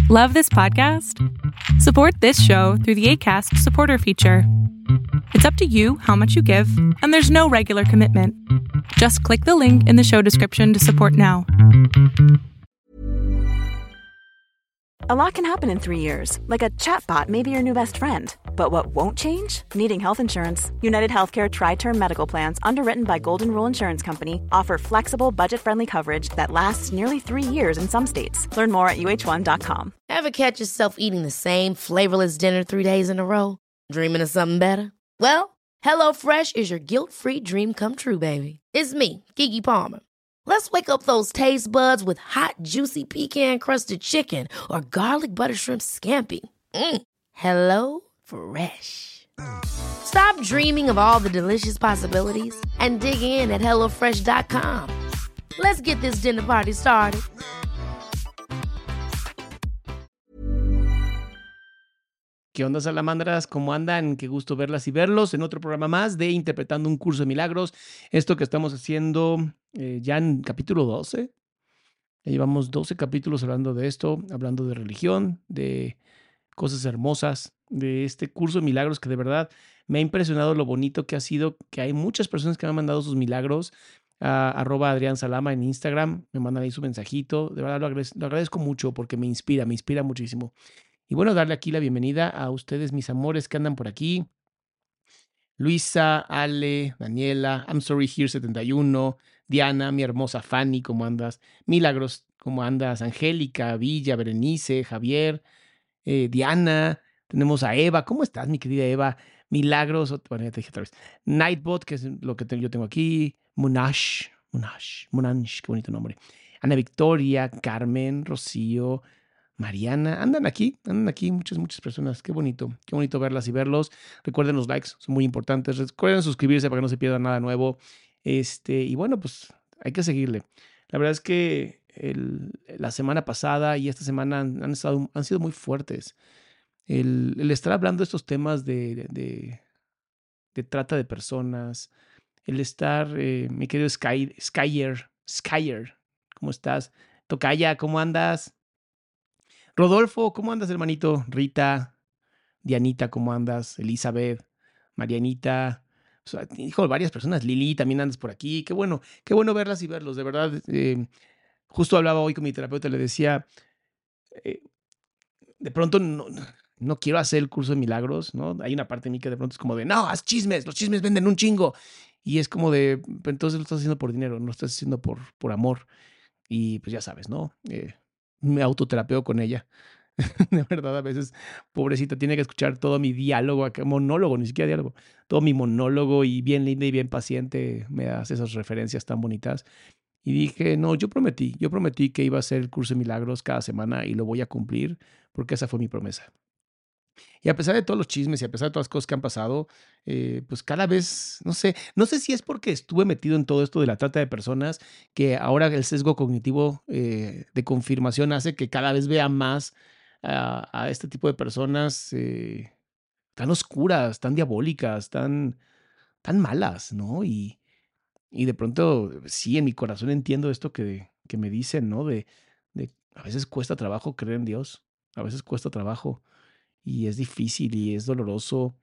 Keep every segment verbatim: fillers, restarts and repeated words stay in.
Love this podcast? Support this show through the Acast supporter feature. It's up to you how much you give, and there's no regular commitment. Just click the link in the show description to support now. A lot can happen in three years, like a chatbot may be your new best friend. But what won't change? Needing health insurance. United Healthcare Tri-Term Medical Plans, underwritten by Golden Rule Insurance Company, offer flexible, budget-friendly coverage that lasts nearly three years in some states. Learn more at U H one dot com. Ever catch yourself eating the same flavorless dinner three days in a row? Dreaming of something better? Well, HelloFresh is your guilt-free dream come true, baby. It's me, Keke Palmer. Let's wake up those taste buds with hot, juicy pecan-crusted chicken or garlic butter shrimp scampi. Mm. Hello Fresh. Stop dreaming of all the delicious possibilities and dig in at hello fresh dot com. Let's get this dinner party started. ¿Qué onda, salamandras? ¿Cómo andan? Qué gusto verlas y verlos en otro programa más de Interpretando un Curso de Milagros. Esto que estamos haciendo eh, ya en capítulo doce. Ya llevamos doce capítulos hablando de esto, hablando de religión, de cosas hermosas, de este curso de milagros que de verdad me ha impresionado lo bonito que ha sido, que hay muchas personas que me han mandado sus milagros a arroba Adrián Salama en Instagram, me mandan ahí su mensajito. De verdad lo agradezco, lo agradezco mucho porque me inspira, me inspira muchísimo. Y bueno, darle aquí la bienvenida a ustedes, mis amores que andan por aquí. Luisa, Ale, Daniela, I'm Sorry Here setenta y uno, Diana, mi hermosa Fanny, ¿cómo andas? Milagros, ¿cómo andas? Angélica, Villa, Berenice, Javier, eh, Diana, tenemos a Eva. ¿Cómo estás, mi querida Eva? Milagros, bueno, ya te dije otra vez. Nightbot, que es lo que te, yo tengo aquí. Munash, Munash, Munash, qué bonito nombre. Ana Victoria, Carmen, Rocío, Mariana, andan aquí, andan aquí muchas, muchas personas. Qué bonito, qué bonito verlas y verlos. Recuerden los likes, son muy importantes. Recuerden suscribirse para que no se pierdan nada nuevo. Este, y bueno, pues hay que seguirle. La verdad es que el, la semana pasada y esta semana han, han, estado, han sido muy fuertes. El, el estar hablando de estos temas de, de, de, de trata de personas, el estar, eh, mi querido Sky, Skyer, Skyer, ¿cómo estás? Tocaya, ¿cómo andas? Rodolfo, ¿cómo andas, hermanito? Rita, Dianita, ¿cómo andas? Elizabeth, Marianita, o sea, dijo varias personas. Lili, también andas por aquí. Qué bueno, qué bueno verlas y verlos, de verdad. Eh, justo hablaba hoy con mi terapeuta, le decía, eh, de pronto no, no quiero hacer el curso de milagros, ¿no? Hay una parte de mí que de pronto es como de, no, haz chismes, los chismes venden un chingo. Y es como de, entonces lo estás haciendo por dinero, no lo estás haciendo por, por amor. Y pues ya sabes, ¿no? Eh, me autoterapeo con ella. De verdad, a veces, pobrecita, tiene que escuchar todo mi diálogo, monólogo, ni siquiera diálogo, todo mi monólogo y bien linda y bien paciente me hace esas referencias tan bonitas. Y dije, no, yo prometí, yo prometí que iba a hacer el curso de milagros cada semana y lo voy a cumplir porque esa fue mi promesa. Y a pesar de todos los chismes y a pesar de todas las cosas que han pasado, eh, pues cada vez, no sé, no sé si es porque estuve metido en todo esto de la trata de personas, que ahora el sesgo cognitivo eh, de confirmación hace que cada vez vea más a, a este tipo de personas eh, tan oscuras, tan diabólicas, tan, tan malas, ¿no? Y, y de pronto, sí, en mi corazón entiendo esto que, que me dicen, ¿no? De, de a veces cuesta trabajo creer en Dios, a veces cuesta trabajo. Y es difícil y es doloroso,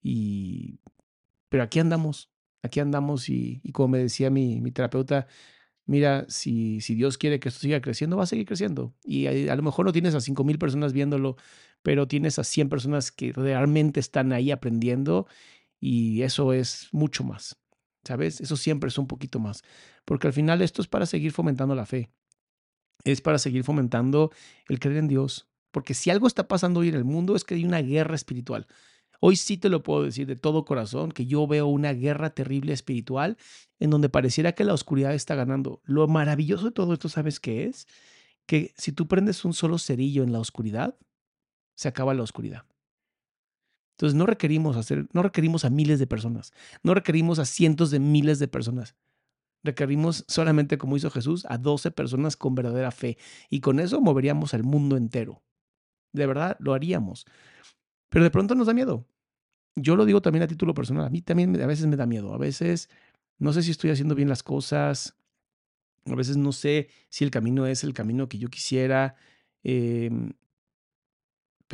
y, pero aquí andamos, aquí andamos y, y como me decía mi, mi terapeuta, mira, si, si Dios quiere que esto siga creciendo, va a seguir creciendo. Y a, a lo mejor no tienes a cinco mil personas viéndolo, pero tienes a cien personas que realmente están ahí aprendiendo y eso es mucho más, ¿sabes? Eso siempre es un poquito más, porque al final esto es para seguir fomentando la fe, es para seguir fomentando el creer en Dios. Porque si algo está pasando hoy en el mundo es que hay una guerra espiritual. Hoy sí te lo puedo decir de todo corazón, que yo veo una guerra terrible espiritual en donde pareciera que la oscuridad está ganando. Lo maravilloso de todo esto, ¿sabes qué es? Que si tú prendes un solo cerillo en la oscuridad, se acaba la oscuridad. Entonces no requerimos hacer, no requerimos a miles de personas, no requerimos a cientos de miles de personas. Requerimos solamente, como hizo Jesús, a doce personas con verdadera fe. Y con eso moveríamos al mundo entero. De verdad, lo haríamos. Pero de pronto nos da miedo. Yo lo digo también a título personal. A mí también a veces me da miedo. A veces no sé si estoy haciendo bien las cosas. A veces no sé si el camino es el camino que yo quisiera. Eh,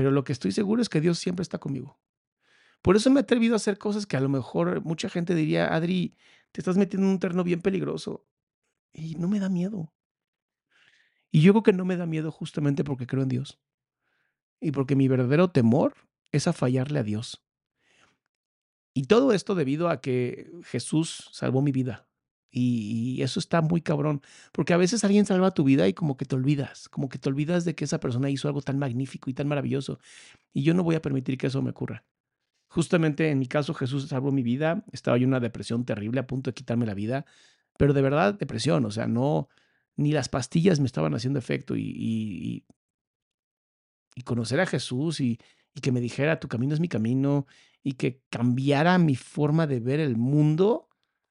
pero lo que estoy seguro es que Dios siempre está conmigo. Por eso me he atrevido a hacer cosas que a lo mejor mucha gente diría: "Adri, te estás metiendo en un terreno bien peligroso", y no me da miedo. Y yo creo que no me da miedo justamente porque creo en Dios, y porque mi verdadero temor es a fallarle a Dios. Y todo esto debido a que Jesús salvó mi vida. Y y eso está muy cabrón, porque a veces alguien salva tu vida y como que te olvidas, como que te olvidas de que esa persona hizo algo tan magnífico y tan maravilloso, y yo no voy a permitir que eso me ocurra. Justamente en mi caso, Jesús salvó mi vida, estaba yo en una depresión terrible, a punto de quitarme la vida, pero de verdad depresión, o sea, no, ni las pastillas me estaban haciendo efecto, y y y y conocer a Jesús y y que me dijera: "Tu camino es mi camino", y que cambiara mi forma de ver el mundo,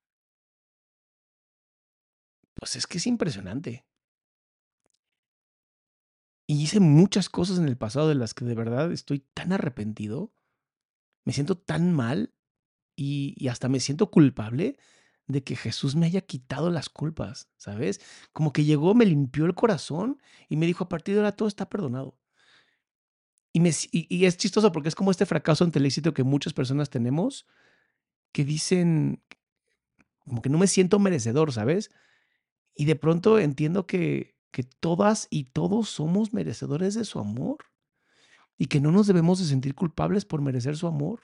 pues es que es impresionante. Y hice muchas cosas en el pasado de las que de verdad estoy tan arrepentido, me siento tan mal y y hasta me siento culpable de que Jesús me haya quitado las culpas, ¿sabes? Como que llegó, me limpió el corazón y me dijo: "A partir de ahora todo está perdonado". Y me s y y es chistoso porque es como este fracaso ante el éxito que muchas personas tenemos, que dicen como que no me siento merecedor, ¿sabes? Y de pronto entiendo que que todas y todos somos merecedores de su amor, y que no nos debemos de sentir culpables por merecer su amor.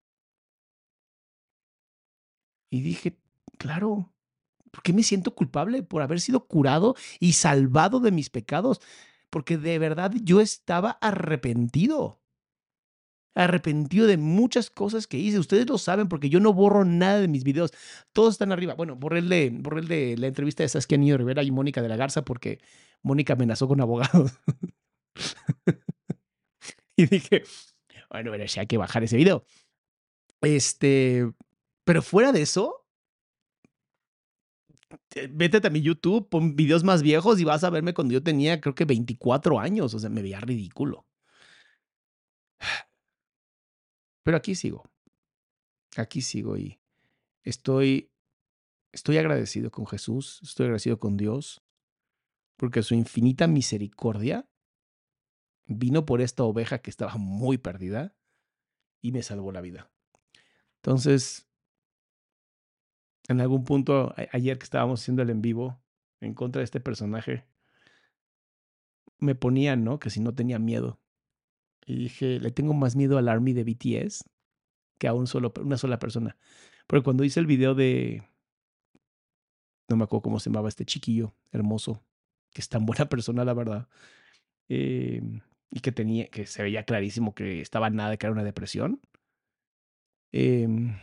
Y dije: "Claro, ¿por qué me siento culpable? Por haber sido curado y salvado de mis pecados, porque de verdad yo estaba arrepentido, arrepentido de muchas cosas que hice. Ustedes lo saben porque yo no borro nada de mis videos, todos están arriba. Bueno, borré el de borré el de la entrevista de Saskia Niño Rivera y Mónica de la Garza porque Mónica amenazó con abogados. Y dije: "Bueno, bueno, sí hay que bajar ese video". Este, pero fuera de eso, eh, métete a mi YouTube, pon videos más viejos y vas a verme cuando yo tenía, creo que veinticuatro años, o sea, me veía ridículo. Pero aquí sigo, aquí sigo y estoy estoy agradecido con Jesús, estoy agradecido con Dios, porque su infinita misericordia vino por esta oveja que estaba muy perdida y me salvó la vida. Entonces, en algún punto, a ayer que estábamos haciendo el en vivo en contra de este personaje, me ponían, ¿no?, que si no tenía miedo. Y dije: "Le tengo más miedo al ARMY de B T S que a un solo una sola persona". Porque cuando hice el video de no me acuerdo cómo se llamaba este chiquillo hermoso, que es tan buena persona, la verdad, em, y que tenía que se veía clarísimo que estaba a nada de caer en una depresión, em,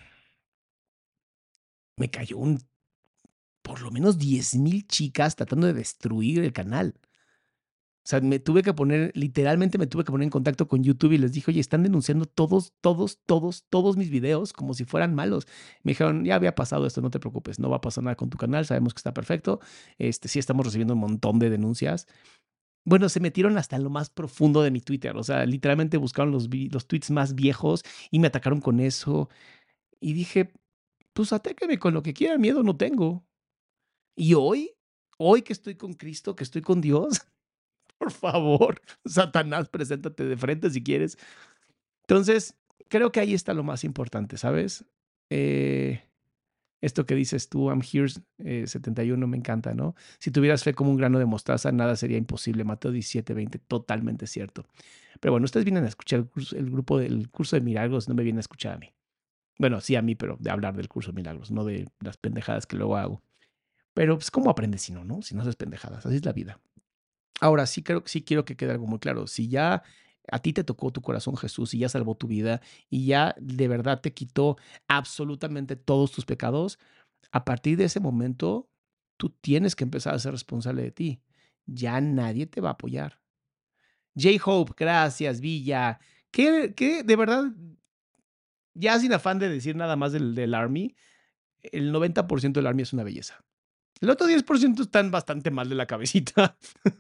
me cayó un por lo menos diez mil chicas tratando de destruir el canal. O sea, me tuve que poner, literalmente me tuve que poner en contacto con YouTube y les dije: "Oye, están denunciando todos, todos, todos, todos mis videos como si fueran malos". Me dijeron: "Ya había pasado esto, no te preocupes, no va a pasar nada con tu canal, sabemos que está perfecto". Este, sí estamos recibiendo un montón de denuncias. Bueno, se metieron hasta lo más profundo de mi Twitter, o sea, literalmente buscaron los vi los tweets más viejos y me atacaron con eso. Y dije: "Pues atáquenme con lo que quieran, miedo no tengo". Y hoy, hoy que estoy con Cristo, que estoy con Dios, por favor, Satanás, preséntate de frente si quieres. Entonces, creo que ahí está lo más importante, ¿sabes? Eh, esto que dices tú, I'm here, eh, setenta y uno, me encanta, ¿no? Si tuvieras fe como un grano de mostaza, nada sería imposible. Mateo diecisiete veinte, totalmente cierto. Pero bueno, ustedes vienen a escuchar el, curso, el grupo del curso de milagros, no me vienen a escuchar a mí. Bueno, sí a mí, pero de hablar del curso de milagros, no de las pendejadas que luego hago. Pero, pues, ¿cómo aprendes si no, no? Si no haces pendejadas, así es la vida. Ahora, sí creo sí quiero que quede algo muy claro. Si ya a ti te tocó tu corazón Jesús y ya salvó tu vida y ya de verdad te quitó absolutamente todos tus pecados, a partir de ese momento, tú tienes que empezar a ser responsable de ti. Ya nadie te va a apoyar. J-Hope, gracias, Villa. Que que de verdad, ya sin afán de decir nada más del del ARMY, el noventa por ciento del ARMY es una belleza. El otro diez por ciento están bastante mal de la cabecita.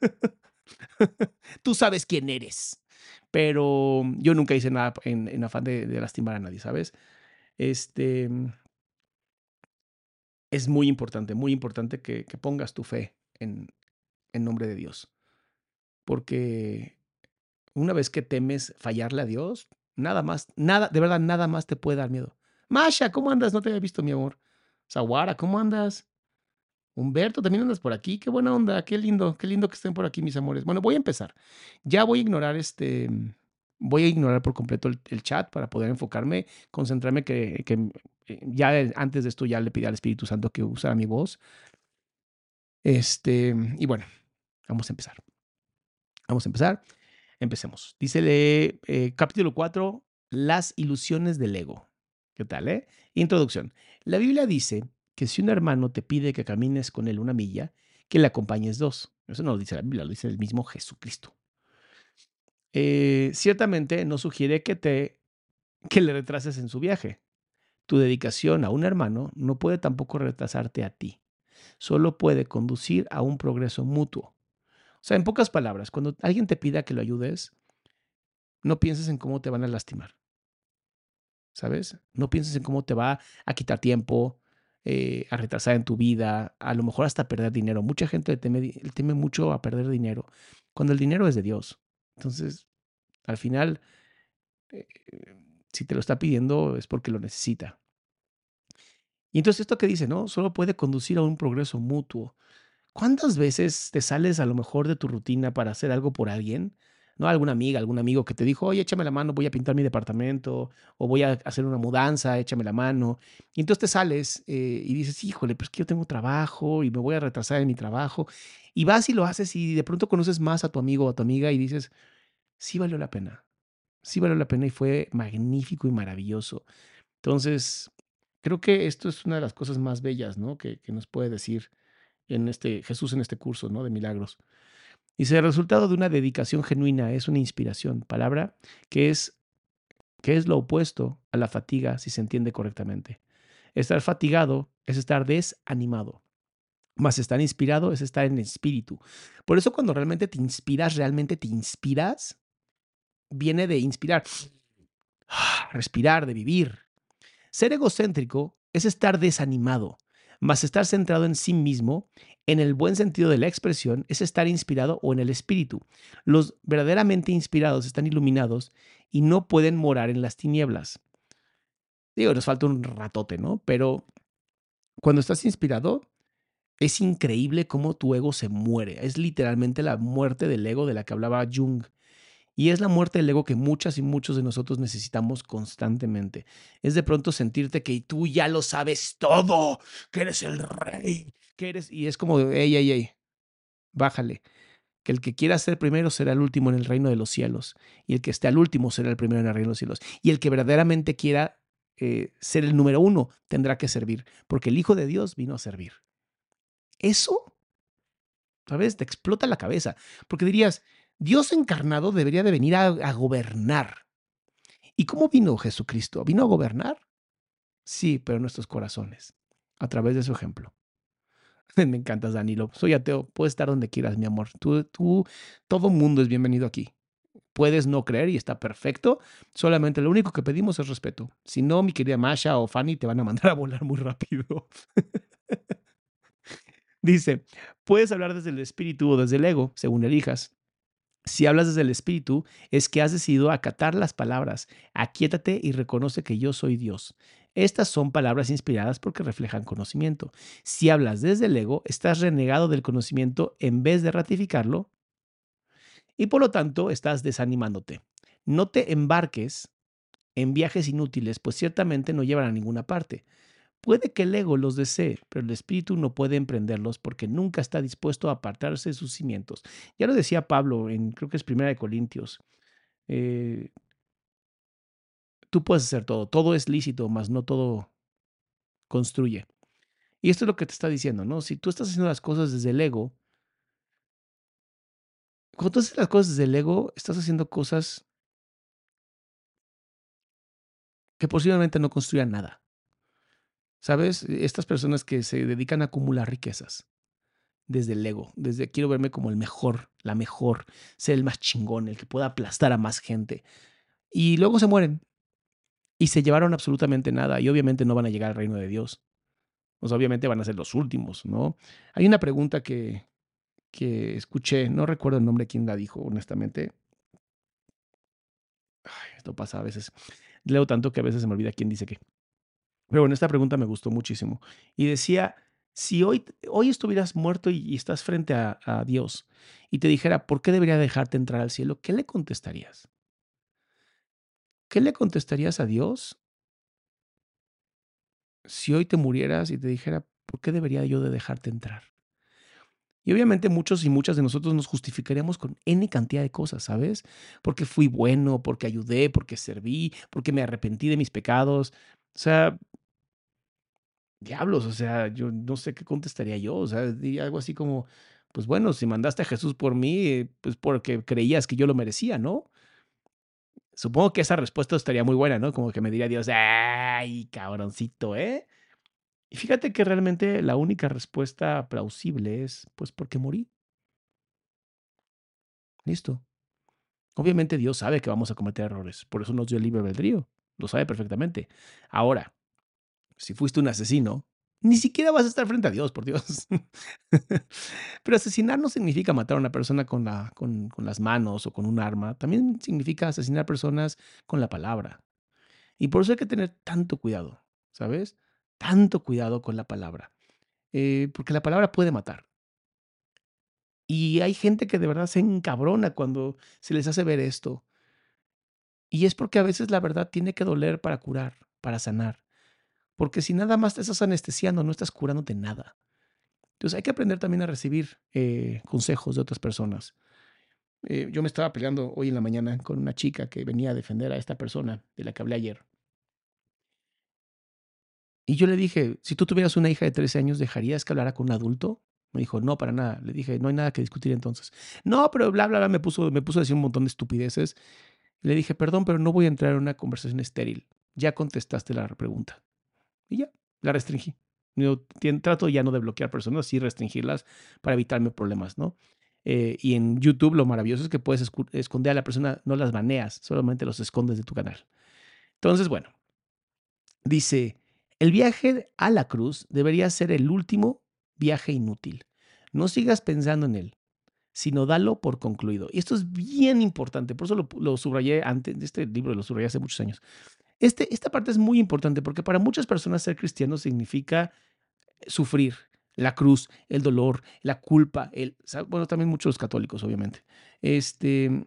Tú sabes quién eres, pero yo nunca hice nada en en afán de de lastimar a nadie, ¿sabes? Este, es muy importante, muy importante que que pongas tu fe en en nombre de Dios, porque una vez que temes fallarle a Dios, nada más, nada, de verdad, nada más te puede dar miedo. Masha, ¿cómo andas? No te había visto, mi amor. Zaguara, ¿cómo andas? Humberto, también andas por aquí. Qué buena onda, qué lindo, qué lindo que estén por aquí, mis amores. Bueno, voy a empezar. Ya voy a ignorar este, voy a ignorar por completo el, el chat para poder enfocarme, concentrarme que, que eh, ya eh, antes de esto ya le pedí al Espíritu Santo que usara mi voz. Este, y bueno, vamos a empezar. Vamos a empezar. Empecemos. Dícele, eh, capítulo cuatro, las ilusiones del ego. ¿Qué tal, eh? Introducción. La Biblia dice que si un hermano te pide que camines con él una milla, que le acompañes dos. Eso no lo dice la Biblia, lo dice el mismo Jesucristo. Eh, ciertamente no sugiere que, te, que le retrases en su viaje. Tu dedicación a un hermano no puede tampoco retrasarte a ti. Solo puede conducir a un progreso mutuo. O sea, en pocas palabras, cuando alguien te pida que lo ayudes, no pienses en cómo te van a lastimar, ¿sabes? No pienses en cómo te va a quitar tiempo, eh, a retrasar en tu vida, a lo mejor hasta perder dinero. Mucha gente le teme, le teme mucho a perder dinero, cuando el dinero es de Dios. Entonces, al final, eh, si te lo está pidiendo es porque lo necesita. Y entonces esto que dice, ¿no? Solo puede conducir a un progreso mutuo. ¿Cuántas veces te sales a lo mejor de tu rutina para hacer algo por alguien? ¿No? Alguna amiga, algún amigo que te dijo, oye, échame la mano, voy a pintar mi departamento o voy a hacer una mudanza, échame la mano. Y entonces te sales eh, y dices, híjole, pues que yo tengo trabajo y me voy a retrasar en mi trabajo. Y vas y lo haces y de pronto conoces más a tu amigo o a tu amiga y dices, sí valió la pena, sí valió la pena y fue magnífico y maravilloso. Entonces, creo que esto es una de las cosas más bellas, ¿no? Que, que nos puede decir en este Jesús en este curso, ¿no? De milagros. Dice, el resultado de una dedicación genuina es una inspiración, palabra que es, que es lo opuesto a la fatiga si se entiende correctamente. Estar fatigado es estar desanimado, más estar inspirado es estar en espíritu. Por eso cuando realmente te inspiras, realmente te inspiras, viene de inspirar, respirar, de vivir. Ser egocéntrico es estar desanimado, mas estar centrado en sí mismo, en el buen sentido de la expresión, es estar inspirado o en el espíritu. Los verdaderamente inspirados están iluminados y no pueden morar en las tinieblas. Digo, nos falta un ratote, ¿no? Pero cuando estás inspirado, es increíble cómo tu ego se muere. Es literalmente la muerte del ego de la que hablaba Jung. Y es la muerte del ego que muchas y muchos de nosotros necesitamos constantemente. Es de pronto sentirte que tú ya lo sabes todo, que eres el rey, que eres... Y es como, ey, ey, ey, bájale. Que el que quiera ser primero será el último en el reino de los cielos. Y el que esté al último será el primero en el reino de los cielos. Y el que verdaderamente quiera eh, ser el número uno tendrá que servir. Porque el Hijo de Dios vino a servir. Eso, ¿sabes? Te explota la cabeza. Porque dirías, Dios encarnado debería de venir a, a gobernar. ¿Y cómo vino Jesucristo? ¿Vino a gobernar? Sí, pero en nuestros corazones, a través de su ejemplo. Me encantas, Danilo. Soy ateo. Puedes estar donde quieras, mi amor. Tú, tú, todo mundo es bienvenido aquí. Puedes no creer y está perfecto. Solamente lo único que pedimos es respeto. Si no, mi querida Masha o Fanny te van a mandar a volar muy rápido. Dice, puedes hablar desde el espíritu o desde el ego, según elijas. Si hablas desde el espíritu, es que has decidido acatar las palabras. Aquíétate y reconoce que yo soy Dios. Estas son palabras inspiradas porque reflejan conocimiento. Si hablas desde el ego, estás renegado del conocimiento en vez de ratificarlo y por lo tanto estás desanimándote. No te embarques en viajes inútiles, pues ciertamente no llevan a ninguna parte. Puede que el ego los desee, pero el espíritu no puede emprenderlos porque nunca está dispuesto a apartarse de sus cimientos. Ya lo decía Pablo en, creo que es Primera de Corintios. Eh, tú puedes hacer todo, todo es lícito, mas no todo construye. Y esto es lo que te está diciendo, ¿no? Si tú estás haciendo las cosas desde el ego, cuando tú haces las cosas desde el ego, estás haciendo cosas que posiblemente no construyan nada. ¿Sabes? Estas personas que se dedican a acumular riquezas desde el ego, desde quiero verme como el mejor, la mejor, ser el más chingón, el que pueda aplastar a más gente. Y luego se mueren y se llevaron absolutamente nada y obviamente no van a llegar al reino de Dios. Pues obviamente van a ser los últimos, ¿no? Hay una pregunta que, que escuché, no recuerdo el nombre de quién la dijo, honestamente, esto pasa a veces. Leo tanto que a veces se me olvida quién dice qué. Pero bueno, esta pregunta me gustó muchísimo. Y decía, si hoy, hoy estuvieras muerto y, y estás frente a, a Dios y te dijera, ¿por qué debería dejarte entrar al cielo? ¿Qué le contestarías? ¿Qué le contestarías a Dios si hoy te murieras y te dijera, ¿por qué debería yo de dejarte entrar? Y obviamente muchos y muchas de nosotros nos justificaríamos con N cantidad de cosas, ¿sabes? Porque fui bueno, porque ayudé, porque serví, porque me arrepentí de mis pecados. O sea, diablos, o sea, yo no sé qué contestaría yo. O sea, diría algo así como, pues bueno, si mandaste a Jesús por mí, eh, pues porque creías que yo lo merecía, ¿no? Supongo que esa respuesta estaría muy buena, ¿no? Como que me diría Dios, ay, cabroncito, ¿eh? Y fíjate que realmente la única respuesta plausible es, pues porque morí. Listo. Obviamente Dios sabe que vamos a cometer errores, por eso nos dio el libre albedrío, lo sabe perfectamente. Ahora, si fuiste un asesino, ni siquiera vas a estar frente a Dios, por Dios. Pero asesinar no significa matar a una persona con, la, con, con las manos o con un arma, también significa asesinar personas con la palabra. Y por eso hay que tener tanto cuidado, ¿sabes? Tanto cuidado con la palabra, eh, porque la palabra puede matar. Y hay gente que de verdad se encabrona cuando se les hace ver esto. Y es porque a veces la verdad tiene que doler para curar, para sanar. Porque si nada más te estás anestesiando, no estás curándote nada. Entonces hay que aprender también a recibir eh, consejos de otras personas. Eh, yo me estaba peleando hoy en la mañana con una chica que venía a defender a esta persona de la que hablé ayer. Y yo le dije, si tú tuvieras una hija de trece años, ¿dejarías que hablara con un adulto? Me dijo, no, para nada. Le dije, no hay nada que discutir entonces. No, pero bla, bla, bla, me puso, me puso a decir un montón de estupideces. Le dije, perdón, pero no voy a entrar en una conversación estéril. Ya contestaste la pregunta. Y ya, la restringí. Yo tien- trato ya no de bloquear personas, sí restringirlas para evitarme problemas, ¿no? Eh, y en YouTube lo maravilloso es que puedes escu- esconder a la persona, no las baneas, solamente los escondes de tu canal. Entonces, bueno, dice, el viaje a la cruz debería ser el último viaje inútil. No sigas pensando en él, sino dalo por concluido. Y esto es bien importante, por eso lo, lo subrayé antes, este libro lo subrayé hace muchos años. Este, esta parte es muy importante porque para muchas personas ser cristiano significa sufrir la cruz, el dolor, la culpa, el, bueno, también muchos católicos, obviamente. Este,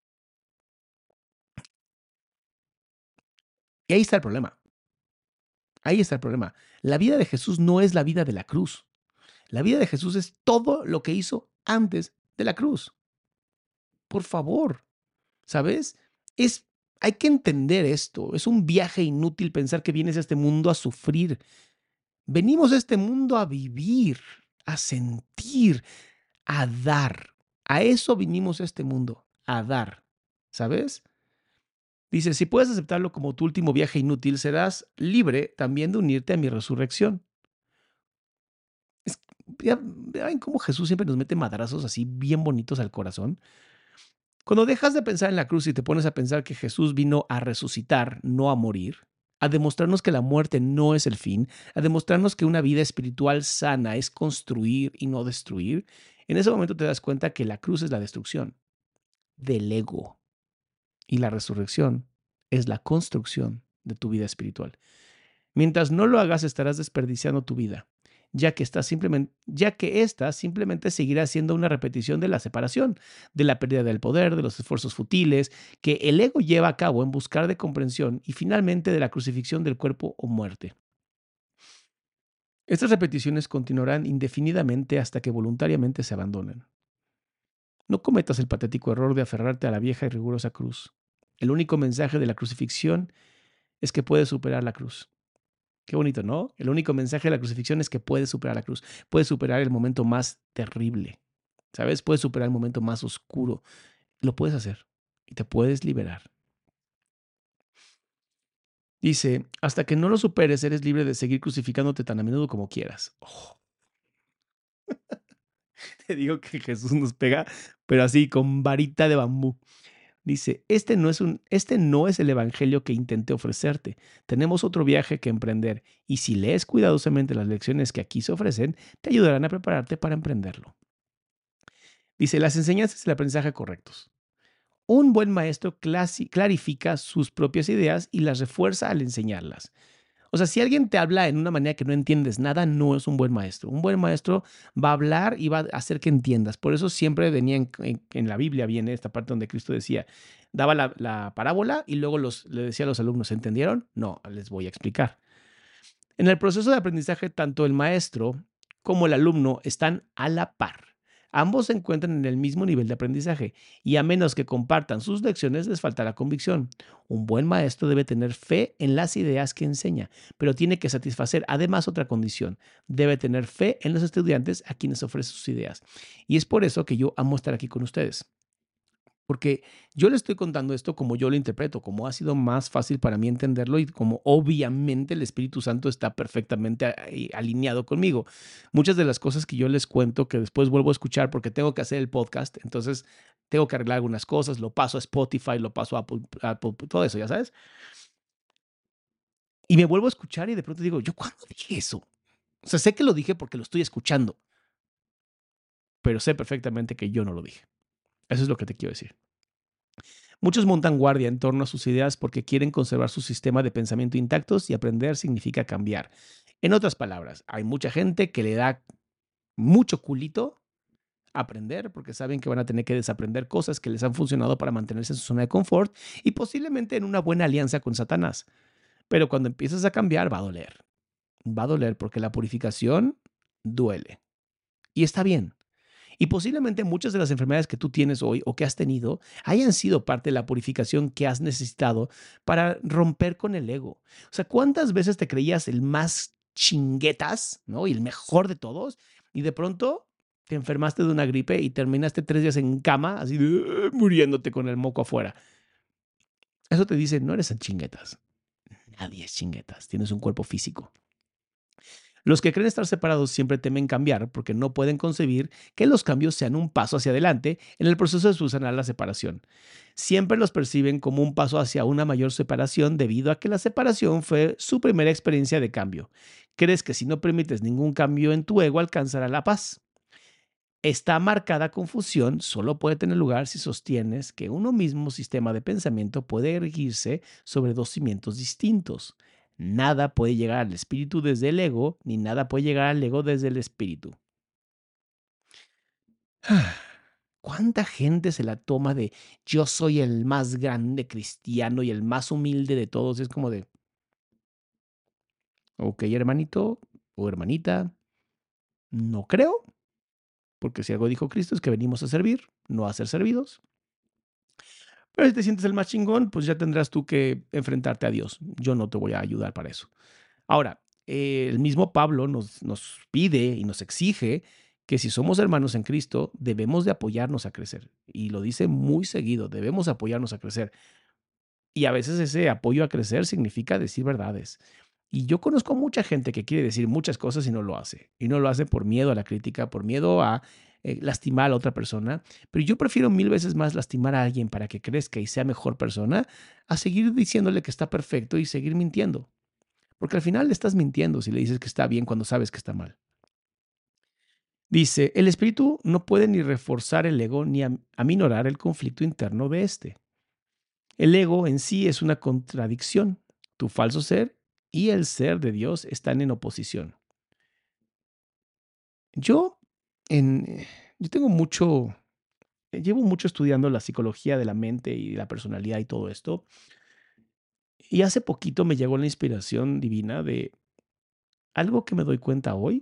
y ahí está el problema. Ahí está el problema. La vida de Jesús no es la vida de la cruz. La vida de Jesús es todo lo que hizo antes de la cruz. Por favor, ¿sabes? Es, hay que entender esto. Es un viaje inútil pensar que vienes a este mundo a sufrir. Venimos a este mundo a vivir, a sentir, a dar. A eso vinimos a este mundo, a dar. ¿Sabes? Dice, si puedes aceptarlo como tu último viaje inútil, serás libre también de unirte a mi resurrección. Es, ya, ya ven cómo Jesús siempre nos mete madrazos así bien bonitos al corazón. Cuando dejas de pensar en la cruz y te pones a pensar que Jesús vino a resucitar, no a morir, a demostrarnos que la muerte no es el fin, a demostrarnos que una vida espiritual sana es construir y no destruir, en ese momento te das cuenta que la cruz es la destrucción del ego y la resurrección es la construcción de tu vida espiritual. Mientras no lo hagas, estarás desperdiciando tu vida, ya que esta simplemente, ya que esta simplemente seguirá siendo una repetición de la separación, de la pérdida del poder, de los esfuerzos futiles que el ego lleva a cabo en buscar de comprensión y finalmente de la crucifixión del cuerpo o muerte. Estas repeticiones continuarán indefinidamente hasta que voluntariamente se abandonen. No cometas el patético error de aferrarte a la vieja y rigurosa cruz. El único mensaje de la crucifixión es que puedes superar la cruz. Qué bonito, ¿no? El único mensaje de la crucifixión es que puedes superar la cruz, puedes superar el momento más terrible, ¿sabes? Puedes superar el momento más oscuro. Lo puedes hacer y te puedes liberar. Dice, hasta que no lo superes, eres libre de seguir crucificándote tan a menudo como quieras. Oh, te digo que Jesús nos pega, pero así, con varita de bambú. Dice, este no, es un, este no es el evangelio que intenté ofrecerte. Tenemos otro viaje que emprender y si lees cuidadosamente las lecciones que aquí se ofrecen, te ayudarán a prepararte para emprenderlo. Dice, las enseñanzas y el aprendizaje correctos. Un buen maestro clasi- clarifica sus propias ideas y las refuerza al enseñarlas. O sea, si alguien te habla en una manera que no entiendes nada, no es un buen maestro. Un buen maestro va a hablar y va a hacer que entiendas. Por eso siempre venía en, en- en la Biblia, viene esta parte donde Cristo decía, daba la, la parábola y luego los, le decía a los alumnos, ¿entendieron? No, les voy a explicar. En el proceso de aprendizaje, tanto el maestro como el alumno están a la par. Ambos se encuentran en el mismo nivel de aprendizaje y a menos que compartan sus lecciones les faltará convicción. Un buen maestro debe tener fe en las ideas que enseña, pero tiene que satisfacer además otra condición. Debe tener fe en los estudiantes a quienes ofrece sus ideas. Y es por eso que yo amo estar aquí con ustedes. Porque yo le estoy contando esto como yo lo interpreto, como ha sido más fácil para mí entenderlo y como obviamente el Espíritu Santo está perfectamente a- ahí alineado conmigo. Muchas de las cosas que yo les cuento que después vuelvo a escuchar porque tengo que hacer el podcast, entonces tengo que arreglar algunas cosas, lo paso a Spotify, lo paso a Apple, Apple, todo eso, ya sabes. Y me vuelvo a escuchar y de pronto digo, ¿yo cuándo dije eso? O sea, sé que lo dije porque lo estoy escuchando, pero sé perfectamente que yo no lo dije. Eso es lo que te quiero decir. Muchos montan guardia en torno a sus ideas porque quieren conservar su sistema de pensamiento intactos y aprender significa cambiar. En otras palabras, hay mucha gente que le da mucho culito aprender porque saben que van a tener que desaprender cosas que les han funcionado para mantenerse en su zona de confort y posiblemente en una buena alianza con Satanás. Pero cuando empiezas a cambiar va a doler. Va a doler porque la purificación duele. Y está bien. Y posiblemente muchas de las enfermedades que tú tienes hoy o que has tenido hayan sido parte de la purificación que has necesitado para romper con el ego. O sea, ¿cuántas veces te creías el más chinguetas, ¿no? Y el mejor de todos, y de pronto te enfermaste de una gripe y terminaste tres días en cama, así de, muriéndote con el moco afuera? Eso te dice, no eres tan chinguetas. Nadie es chinguetas. Tienes un cuerpo físico. Los que creen estar separados siempre temen cambiar porque no pueden concebir que los cambios sean un paso hacia adelante en el proceso de subsanar la separación. Siempre los perciben como un paso hacia una mayor separación debido a que la separación fue su primera experiencia de cambio. Crees que si no permites ningún cambio en tu ego alcanzará la paz. Esta marcada confusión solo puede tener lugar si sostienes que uno mismo sistema de pensamiento puede erguirse sobre dos cimientos distintos. Nada puede llegar al espíritu desde el ego, ni nada puede llegar al ego desde el espíritu. ¿Cuánta gente se la toma de yo soy el más grande cristiano y el más humilde de todos? Es como de, ok, hermanito o hermanita, no creo, porque si algo dijo Cristo es que venimos a servir, no a ser servidos. Pero si te sientes el más chingón, pues ya tendrás tú que enfrentarte a Dios. Yo no te voy a ayudar para eso. Ahora, eh, el mismo Pablo nos, nos pide y nos exige que si somos hermanos en Cristo, debemos de apoyarnos a crecer. Y lo dice muy seguido, debemos apoyarnos a crecer. Y a veces ese apoyo a crecer significa decir verdades. Y yo conozco mucha gente que quiere decir muchas cosas y no lo hace. Y no lo hace por miedo a la crítica, por miedo a eh, lastimar a la otra persona. Pero yo prefiero mil veces más lastimar a alguien para que crezca y sea mejor persona, a seguir diciéndole que está perfecto y seguir mintiendo. Porque al final le estás mintiendo si le dices que está bien cuando sabes que está mal. Dice, el espíritu no puede ni reforzar el ego ni am- aminorar el conflicto interno de este. El ego en sí es una contradicción. Tu falso ser y el ser de Dios están en oposición. Yo, en, eh, yo tengo mucho, eh, llevo mucho estudiando la psicología de la mente y la personalidad y todo esto. Y hace poquito me llegó la inspiración divina de algo que me doy cuenta hoy.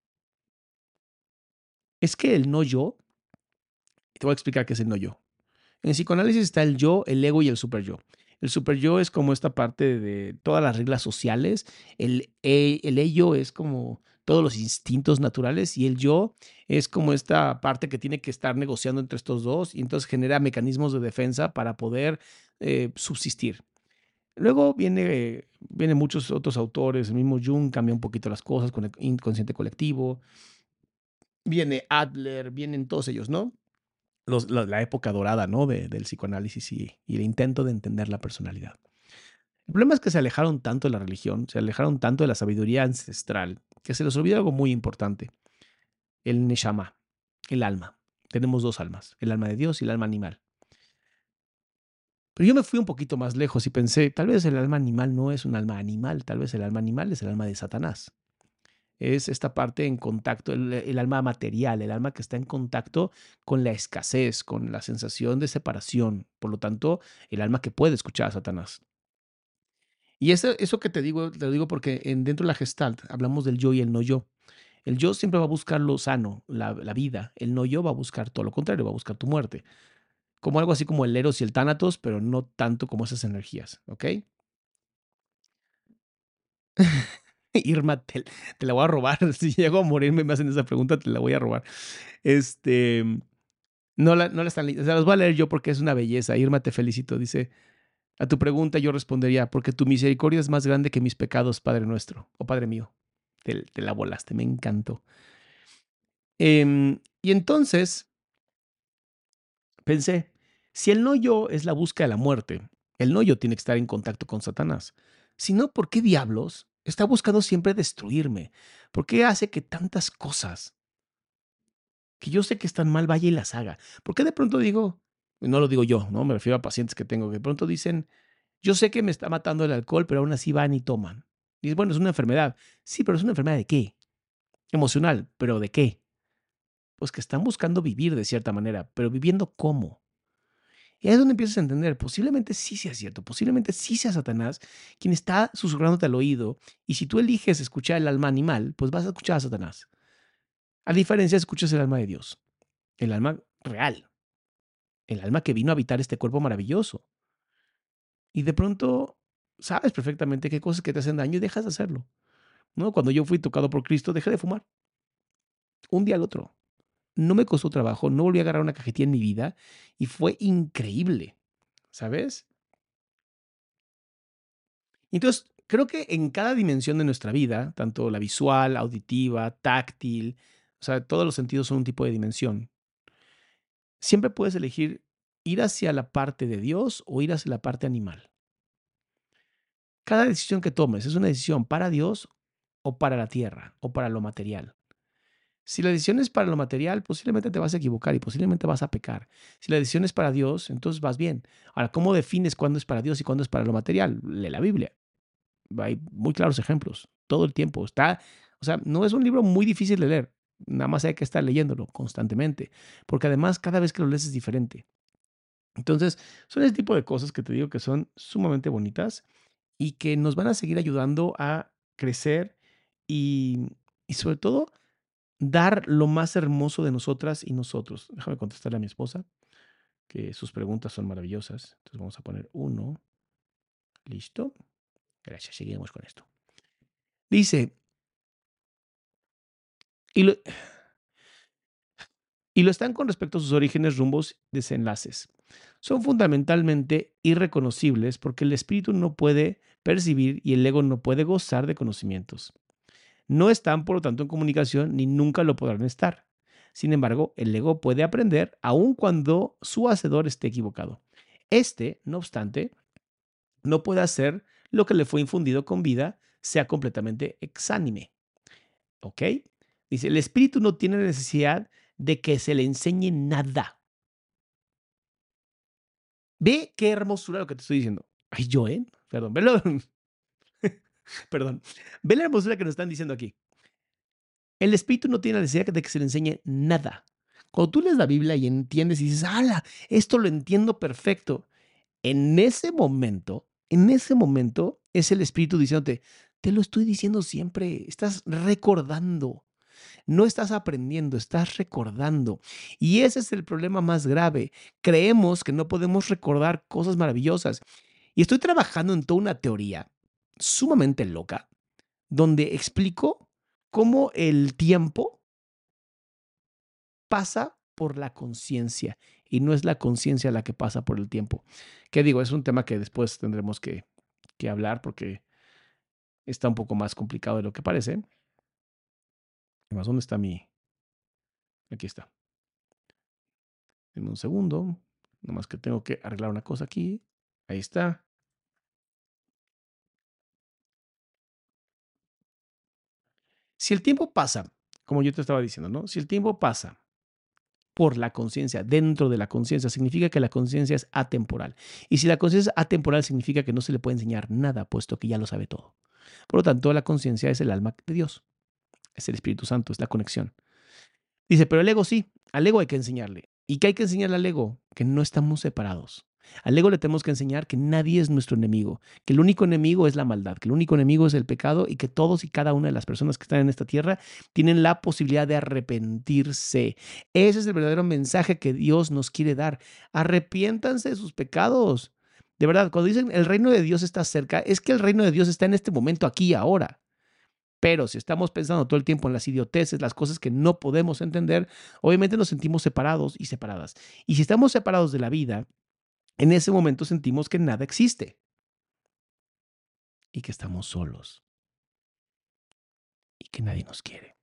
Es que el no yo, te voy a explicar qué es el no yo. En psicoanálisis está el yo, el ego y el super yo. El super yo es como esta parte de todas las reglas sociales. El, e- el ello es como todos los instintos naturales y el yo es como esta parte que tiene que estar negociando entre estos dos y entonces genera mecanismos de defensa para poder eh, subsistir. Luego viene, vienen muchos otros autores, el mismo Jung cambia un poquito las cosas con el inconsciente colectivo. Viene Adler, vienen todos ellos, ¿no? Los, la, la, época dorada, ¿no? De, del psicoanálisis y, y el intento de entender la personalidad. El problema es que se alejaron tanto de la religión, se alejaron tanto de la sabiduría ancestral, que se les olvida algo muy importante, el neshama, el alma. Tenemos dos almas, el alma de Dios y el alma animal. Pero yo me fui un poquito más lejos y pensé, tal vez el alma animal no es un alma animal, tal vez el alma animal es el alma de Satanás. Es esta parte en contacto, el, el alma material, el alma que está en contacto con la escasez, con la sensación de separación. Por lo tanto, el alma que puede escuchar a Satanás. Y eso, eso que te digo, te lo digo porque en, dentro de la Gestalt hablamos del yo y el no yo. El yo siempre va a buscar lo sano, la, la vida. El no yo va a buscar todo lo contrario, va a buscar tu muerte. Como algo así como el Eros y el Tánatos, pero no tanto como esas energías, ¿ok? Irma, te, te la voy a robar. Si llego a morirme y me hacen esa pregunta, te la voy a robar. Este, no la, no la están leyendo. O sea, las voy a leer yo porque es una belleza. Irma, te felicito. Dice, a tu pregunta yo respondería, porque tu misericordia es más grande que mis pecados, Padre nuestro, o Padre mío. Te, te la volaste, me encantó. Eh, y entonces pensé, si el no yo es la búsqueda de la muerte, el no yo tiene que estar en contacto con Satanás. Si no, ¿por qué diablos está buscando siempre destruirme? ¿Por qué hace que tantas cosas que yo sé que están mal vaya y las haga? ¿Por qué de pronto digo, y no lo digo yo, no me refiero a pacientes que tengo, que de pronto dicen, yo sé que me está matando el alcohol, pero aún así van y toman? Y dices, bueno, es una enfermedad. Sí, pero es una enfermedad de qué? Emocional, pero ¿de qué? Pues que están buscando vivir de cierta manera, pero viviendo cómo. Y ahí es donde empiezas a entender, posiblemente sí sea cierto, posiblemente sí sea Satanás quien está susurrándote al oído, y si tú eliges escuchar el alma animal, pues vas a escuchar a Satanás. A diferencia, escuchas el alma de Dios, el alma real, el alma que vino a habitar este cuerpo maravilloso. Y de pronto sabes perfectamente qué cosas que te hacen daño y dejas de hacerlo. ¿No? Cuando yo fui tocado por Cristo, dejé de fumar, un día al otro. No me costó trabajo, no volví a agarrar una cajetilla en mi vida y fue increíble, ¿sabes? Entonces, creo que en cada dimensión de nuestra vida, tanto la visual, auditiva, táctil, o sea, todos los sentidos son un tipo de dimensión. Siempre puedes elegir ir hacia la parte de Dios o ir hacia la parte animal. Cada decisión que tomes es una decisión para Dios o para la tierra o para lo material. Si la decisión es para lo material, posiblemente te vas a equivocar y posiblemente vas a pecar. Si la decisión es para Dios, entonces vas bien. Ahora, ¿cómo defines cuándo es para Dios y cuándo es para lo material? Lee la Biblia. Hay muy claros ejemplos, todo el tiempo. Está, o sea, no es un libro muy difícil de leer, nada más hay que estar leyéndolo constantemente, porque además cada vez que lo lees es diferente. Entonces, son ese tipo de cosas que te digo que son sumamente bonitas y que nos van a seguir ayudando a crecer y, y sobre todo dar lo más hermoso de nosotras y nosotros. Déjame contestarle a mi esposa, que sus preguntas son maravillosas. Entonces vamos a poner uno. Listo. Gracias. Seguimos con esto. Dice, y lo, y lo están con respecto a sus orígenes, rumbos, desenlaces. Son fundamentalmente irreconocibles porque el espíritu no puede percibir y el ego no puede gozar de conocimientos. No están, por lo tanto, en comunicación ni nunca lo podrán estar. Sin embargo, el ego puede aprender aun cuando su hacedor esté equivocado. Este, no obstante, no puede hacer lo que le fue infundido con vida, sea completamente exánime. ¿Ok? Dice, el espíritu no tiene necesidad de que se le enseñe nada. Ve qué hermosura lo que te estoy diciendo. Ay, yo, ¿eh? Perdón, velo. Perdón. Ve la hermosura que nos están diciendo aquí. El espíritu no tiene necesidad de que se le enseñe nada. Cuando tú lees la Biblia y entiendes y dices, ¡hala! Esto lo entiendo perfecto. En ese momento, en ese momento es el espíritu diciéndote, te lo estoy diciendo siempre, estás recordando. No estás aprendiendo, estás recordando. Y ese es el problema más grave. Creemos que no podemos recordar cosas maravillosas. Y estoy trabajando en toda una teoría sumamente loca, donde explico cómo el tiempo pasa por la conciencia y no es la conciencia la que pasa por el tiempo. Que digo, es un tema que después tendremos que, que hablar porque está un poco más complicado de lo que parece. Además, ¿dónde está mi? Aquí está. En un segundo. Nomás que tengo que arreglar una cosa aquí. Ahí está. Si el tiempo pasa, como yo te estaba diciendo, ¿no? Si el tiempo pasa por la conciencia, dentro de la conciencia, significa que la conciencia es atemporal. Y si la conciencia es atemporal, significa que no se le puede enseñar nada, puesto que ya lo sabe todo. Por lo tanto, la conciencia es el alma de Dios, es el Espíritu Santo, es la conexión. Dice, pero el ego sí, al ego hay que enseñarle. ¿Y qué hay que enseñarle al ego? Que no estamos separados. Al ego le tenemos que enseñar que nadie es nuestro enemigo, que el único enemigo es la maldad, que el único enemigo es el pecado y que todos y cada una de las personas que están en esta tierra tienen la posibilidad de arrepentirse. Ese es el verdadero mensaje que Dios nos quiere dar. Arrepiéntanse de sus pecados. De verdad, cuando dicen el reino de Dios está cerca, es que el reino de Dios está en este momento, aquí y ahora. Pero si estamos pensando todo el tiempo en las idioteces, las cosas que no podemos entender, obviamente nos sentimos separados y separadas. Y si estamos separados de la vida, en ese momento sentimos que nada existe y que estamos solos y que nadie nos quiere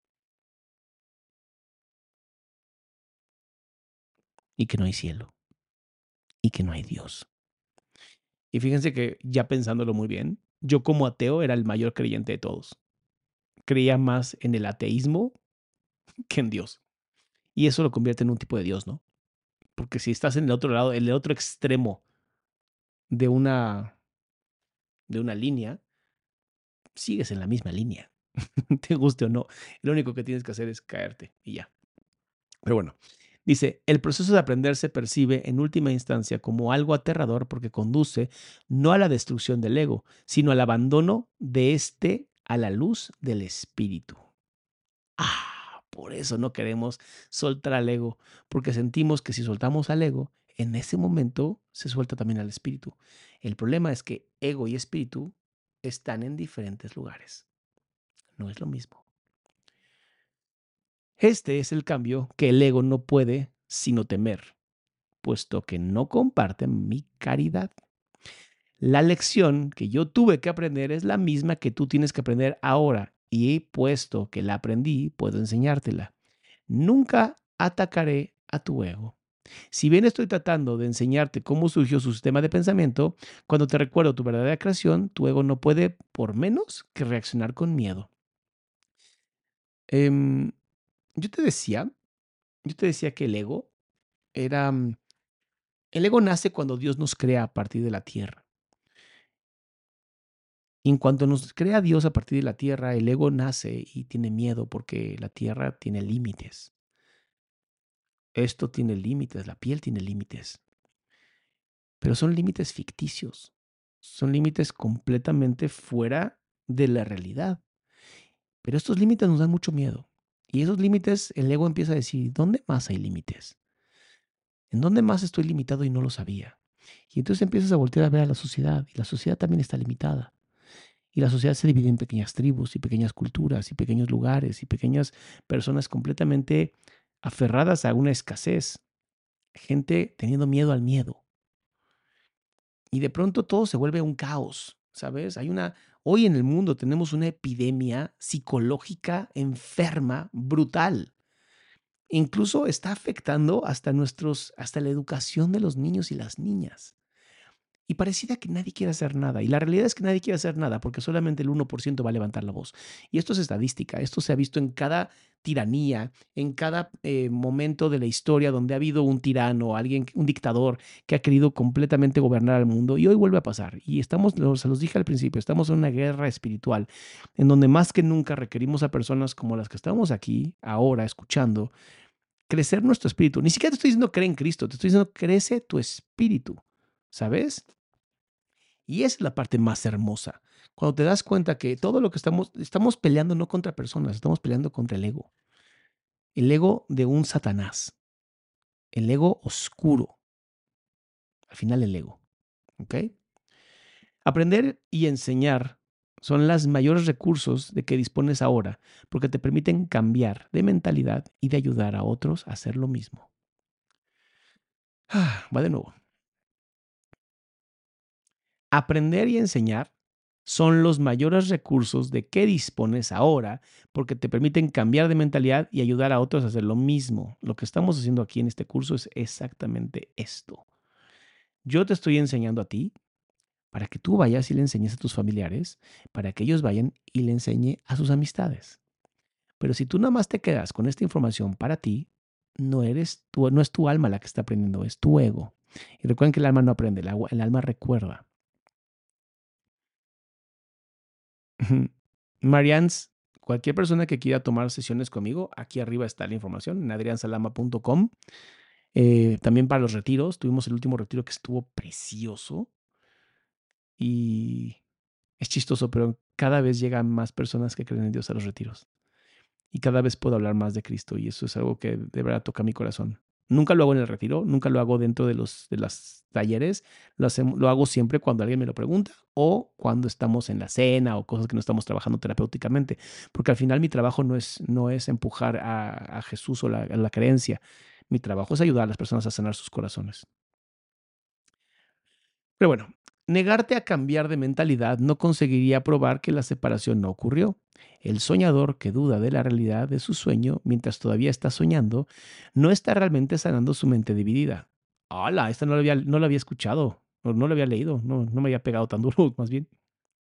y que no hay cielo y que no hay Dios. Y fíjense que ya pensándolo muy bien, yo como ateo era el mayor creyente de todos. Creía más en el ateísmo que en Dios. Y eso lo convierte en un tipo de Dios, ¿no? Porque si estás en el otro lado, en el otro extremo de una, de una línea, sigues en la misma línea. Te guste o no. Lo único que tienes que hacer es caerte y ya. Pero bueno, dice, el proceso de aprender se percibe en última instancia como algo aterrador porque conduce no a la destrucción del ego, sino al abandono de éste a la luz del espíritu. Ah, por eso no queremos soltar al ego, porque sentimos que si soltamos al ego, en ese momento se suelta también al espíritu. El problema es que ego y espíritu están en diferentes lugares. No es lo mismo. Este es el cambio que el ego no puede sino temer, puesto que no comparte mi caridad. La lección que yo tuve que aprender es la misma que tú tienes que aprender ahora, y puesto que la aprendí, puedo enseñártela. Nunca atacaré a tu ego. Si bien estoy tratando de enseñarte cómo surgió su sistema de pensamiento, cuando te recuerdo tu verdadera creación, tu ego no puede, por menos, que reaccionar con miedo. Em, yo te decía, yo te decía que el ego era, mm, el ego nace cuando Dios nos crea a partir de la tierra. Y en cuanto nos crea Dios a partir de la tierra, el ego nace y tiene miedo porque la tierra tiene límites. Esto tiene límites, la piel tiene límites, pero son límites ficticios. Son límites completamente fuera de la realidad. Pero estos límites nos dan mucho miedo. Y esos límites, el ego empieza a decir, ¿dónde más hay límites? ¿En dónde más estoy limitado y no lo sabía? Y entonces empiezas a voltear a ver a la sociedad, y la sociedad también está limitada. Y la sociedad se divide en pequeñas tribus y pequeñas culturas y pequeños lugares y pequeñas personas completamente aferradas a una escasez. Gente teniendo miedo al miedo. Y de pronto todo se vuelve un caos, ¿sabes? Hay una, hoy en el mundo tenemos una epidemia psicológica enferma, brutal. Incluso está afectando hasta nuestros, hasta la educación de los niños y las niñas. Y pareciera que nadie quiere hacer nada. Y la realidad es que nadie quiere hacer nada porque solamente el uno por ciento va a levantar la voz. Y esto es estadística. Esto se ha visto en cada tiranía, en cada eh, momento de la historia donde ha habido un tirano, alguien, un dictador que ha querido completamente gobernar al mundo. Y hoy vuelve a pasar. Y estamos, se los dije al principio, estamos en una guerra espiritual en donde más que nunca requerimos a personas como las que estamos aquí ahora escuchando crecer nuestro espíritu. Ni siquiera te estoy diciendo cree en Cristo, te estoy diciendo crece tu espíritu. ¿Sabes? Y esa es la parte más hermosa. Cuando te das cuenta que todo lo que estamos, estamos peleando no contra personas, estamos peleando contra el ego. El ego de un Satanás. El ego oscuro. Al final el ego. ¿Ok? Aprender y enseñar son los mayores recursos de que dispones ahora, porque te permiten cambiar de mentalidad y de ayudar a otros a hacer lo mismo. Ah, va de nuevo. Aprender y enseñar son los mayores recursos de que dispones ahora porque te permiten cambiar de mentalidad y ayudar a otros a hacer lo mismo. Lo que estamos haciendo aquí en este curso es exactamente esto. Yo te estoy enseñando a ti para que tú vayas y le enseñes a tus familiares, para que ellos vayan y le enseñe a sus amistades. Pero si tú nada más te quedas con esta información para ti, no eres tú, no es tu alma la que está aprendiendo, es tu ego. Y recuerden que el alma no aprende, el, agua- el alma recuerda. Marians, cualquier persona que quiera tomar sesiones conmigo, aquí arriba está la información en adrian salama punto com. Eh, también para los retiros, tuvimos el último retiro que estuvo precioso y es chistoso, pero cada vez llegan más personas que creen en Dios a los retiros y cada vez puedo hablar más de Cristo y eso es algo que de verdad toca mi corazón. Nunca lo hago en el retiro, nunca lo hago dentro de los de las talleres, lo, hacemos, lo hago siempre cuando alguien me lo pregunta o cuando estamos en la cena o cosas que no estamos trabajando terapéuticamente, porque al final mi trabajo no es, no es empujar a, a Jesús o la, a la creencia, mi trabajo es ayudar a las personas a sanar sus corazones. Pero bueno, negarte a cambiar de mentalidad no conseguiría probar que la separación no ocurrió. El soñador que duda de la realidad de su sueño mientras todavía está soñando no está realmente sanando su mente dividida. ¡Hala! Esta no la había, no la había escuchado, o no la había leído, no, no me había pegado tan duro, más bien.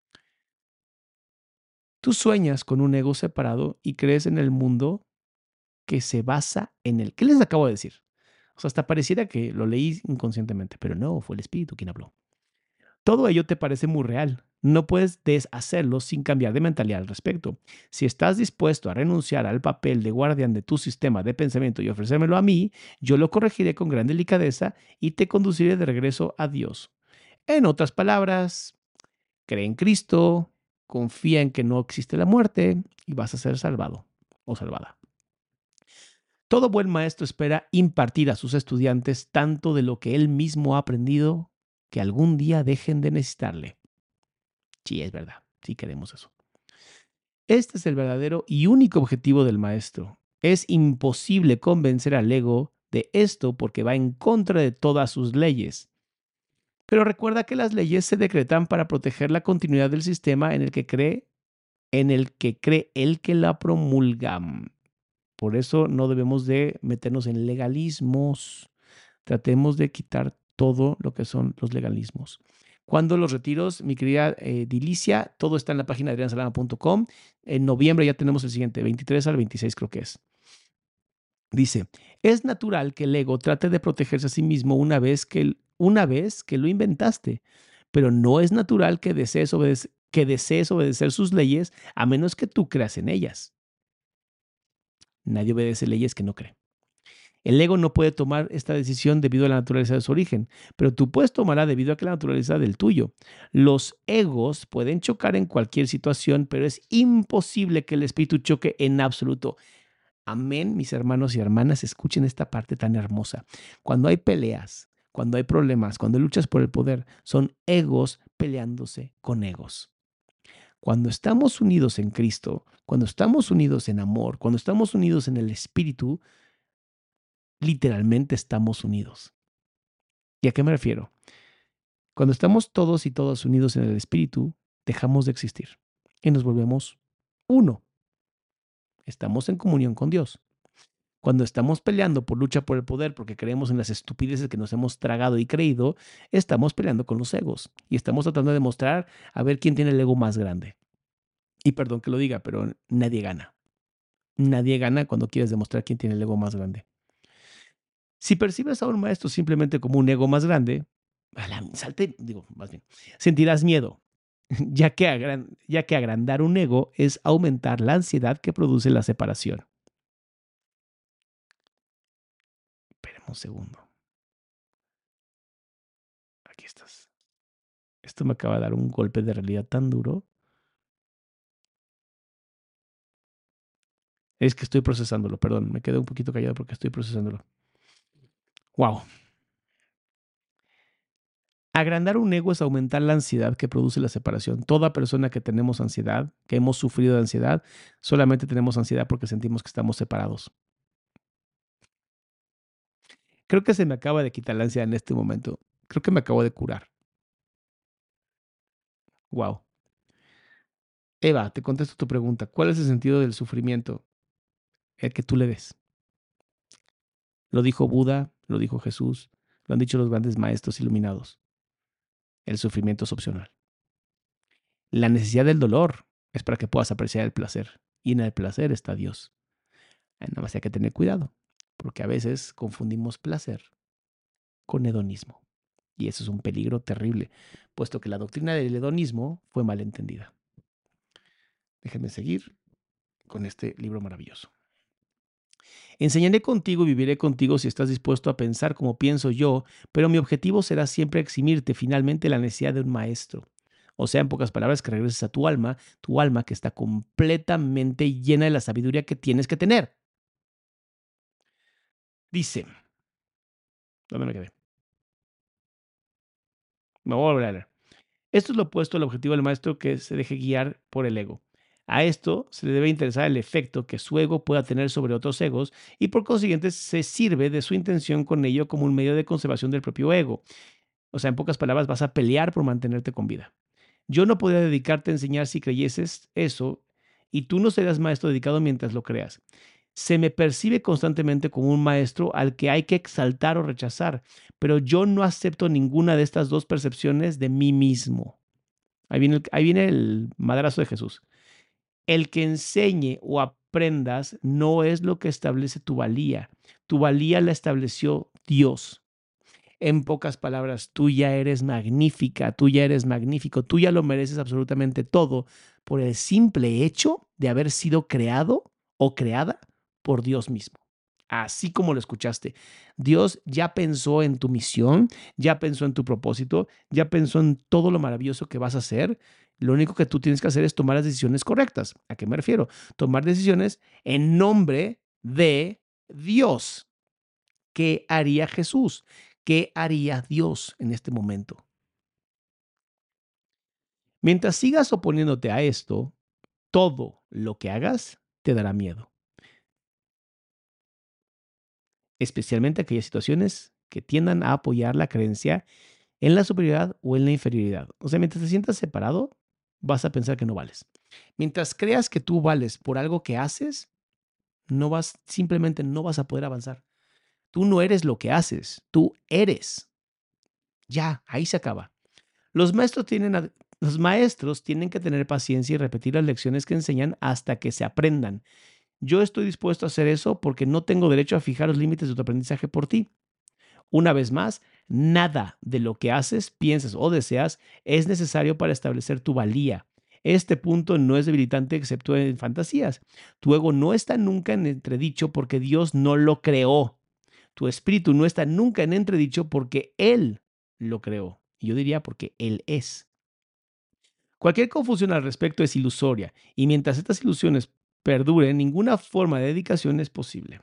Tú sueñas con un ego separado y crees en el mundo que se basa en él. ¿Qué les acabo de decir? O sea, hasta pareciera que lo leí inconscientemente, pero no, fue el espíritu quien habló. Todo ello te parece muy real. No puedes deshacerlo sin cambiar de mentalidad al respecto. Si estás dispuesto a renunciar al papel de guardián de tu sistema de pensamiento y ofrecérmelo a mí, yo lo corregiré con gran delicadeza y te conduciré de regreso a Dios. En otras palabras, cree en Cristo, confía en que no existe la muerte y vas a ser salvado o salvada. Todo buen maestro espera impartir a sus estudiantes tanto de lo que él mismo ha aprendido que algún día dejen de necesitarle. Sí, es verdad, sí queremos eso. Este es el verdadero y único objetivo del maestro. Es imposible convencer al ego de esto porque va en contra de todas sus leyes. Pero recuerda que las leyes se decretan para proteger la continuidad del sistema en el que cree, en el que cree el que la promulga. Por eso no debemos de meternos en legalismos. Tratemos de quitar todo lo que son los legalismos. Cuando los retiros, mi querida eh, Dilicia, todo está en la página de adrian salama punto com. En noviembre ya tenemos el siguiente, veintitrés al veintiséis creo que es. Dice, es natural que el ego trate de protegerse a sí mismo una vez que, una vez que lo inventaste, pero no es natural que desees, obedec- que desees obedecer sus leyes a menos que tú creas en ellas. Nadie obedece leyes que no cree. El ego no puede tomar esta decisión debido a la naturaleza de su origen, pero tú puedes tomarla debido a que la naturaleza del tuyo. Los egos pueden chocar en cualquier situación, pero es imposible que el espíritu choque en absoluto. Amén, mis hermanos y hermanas, escuchen esta parte tan hermosa. Cuando hay peleas, cuando hay problemas, cuando luchas por el poder, son egos peleándose con egos. Cuando estamos unidos en Cristo, cuando estamos unidos en amor, cuando estamos unidos en el espíritu, literalmente estamos unidos. ¿Y a qué me refiero? Cuando estamos todos y todas unidos en el espíritu, dejamos de existir y nos volvemos uno. Estamos en comunión con Dios. Cuando estamos peleando por lucha por el poder porque creemos en las estupideces que nos hemos tragado y creído, estamos peleando con los egos y estamos tratando de demostrar a ver quién tiene el ego más grande. Y perdón que lo diga, pero nadie gana. Nadie gana cuando quieres demostrar quién tiene el ego más grande. Si percibes a un maestro simplemente como un ego más grande, salte, digo, más bien, sentirás miedo, ya que, agran, ya que agrandar un ego es aumentar la ansiedad que produce la separación. Espérame un segundo. Aquí estás. Esto me acaba de dar un golpe de realidad tan duro. Es que estoy procesándolo, perdón, me quedé un poquito callado porque estoy procesándolo. Wow. Agrandar un ego es aumentar la ansiedad que produce la separación. Toda persona que tenemos ansiedad, que hemos sufrido de ansiedad, solamente tenemos ansiedad porque sentimos que estamos separados. Creo que se me acaba de quitar la ansiedad en este momento. Creo que me acabo de curar. Wow. Eva, te contesto tu pregunta. ¿Cuál es el sentido del sufrimiento? El que tú le des. Lo dijo Buda, lo dijo Jesús, lo han dicho los grandes maestros iluminados. El sufrimiento es opcional. La necesidad del dolor es para que puedas apreciar el placer. Y en el placer está Dios. Nada más hay que tener cuidado. porque a veces confundimos placer con hedonismo. Y eso es un peligro terrible, puesto que la doctrina del hedonismo fue mal entendida. Déjenme seguir con este libro maravilloso. Enseñaré contigo y viviré contigo si estás dispuesto a pensar como pienso yo, pero mi objetivo será siempre eximirte finalmente la necesidad de un maestro. O sea, en pocas palabras, que regreses a tu alma, tu alma que está completamente llena de la sabiduría que tienes que tener. Dice, ¿dónde me quedé? Me voy a volver a leer. Esto es lo opuesto al objetivo del maestro, que se deje guiar por el ego. A esto se le debe interesar el efecto que su ego pueda tener sobre otros egos y por consiguiente se sirve de su intención con ello como un medio de conservación del propio ego. O sea, en pocas palabras, vas a pelear por mantenerte con vida. Yo no podría dedicarte a enseñar si creyeses eso y tú no serás maestro dedicado mientras lo creas. Se me percibe constantemente como un maestro al que hay que exaltar o rechazar, pero yo no acepto ninguna de estas dos percepciones de mí mismo. Ahí viene el, ahí viene el madrazo de Jesús. El que enseñe o aprendas no es lo que establece tu valía. Tu valía la estableció Dios. En pocas palabras, tú ya eres magnífica, tú ya eres magnífico, tú ya lo mereces absolutamente todo por el simple hecho de haber sido creado o creada por Dios mismo. Así como lo escuchaste, Dios ya pensó en tu misión, ya pensó en tu propósito, ya pensó en todo lo maravilloso que vas a hacer. Lo único que tú tienes que hacer es tomar las decisiones correctas. ¿A qué me refiero? Tomar decisiones en nombre de Dios. ¿Qué haría Jesús? ¿Qué haría Dios en este momento? Mientras sigas oponiéndote a esto, todo lo que hagas te dará miedo. Especialmente aquellas situaciones que tiendan a apoyar la creencia en la superioridad o en la inferioridad. O sea, mientras te sientas separado, vas a pensar que no vales. Mientras creas que tú vales por algo que haces, no vas, simplemente no vas a poder avanzar. Tú no eres lo que haces, tú eres. Ya, ahí se acaba. Los maestros tienen, a- los maestros tienen que tener paciencia y repetir las lecciones que enseñan hasta que se aprendan. Yo estoy dispuesto a hacer eso porque no tengo derecho a fijar los límites de tu aprendizaje por ti. Una vez más, nada de lo que haces, piensas o deseas es necesario para establecer tu valía. Este punto no es debilitante excepto en fantasías. Tu ego no está nunca en entredicho porque Dios no lo creó. Tu espíritu no está nunca en entredicho porque Él lo creó. Y yo diría porque Él es. Cualquier confusión al respecto es ilusoria, y mientras estas ilusiones perduren, ninguna forma de dedicación es posible.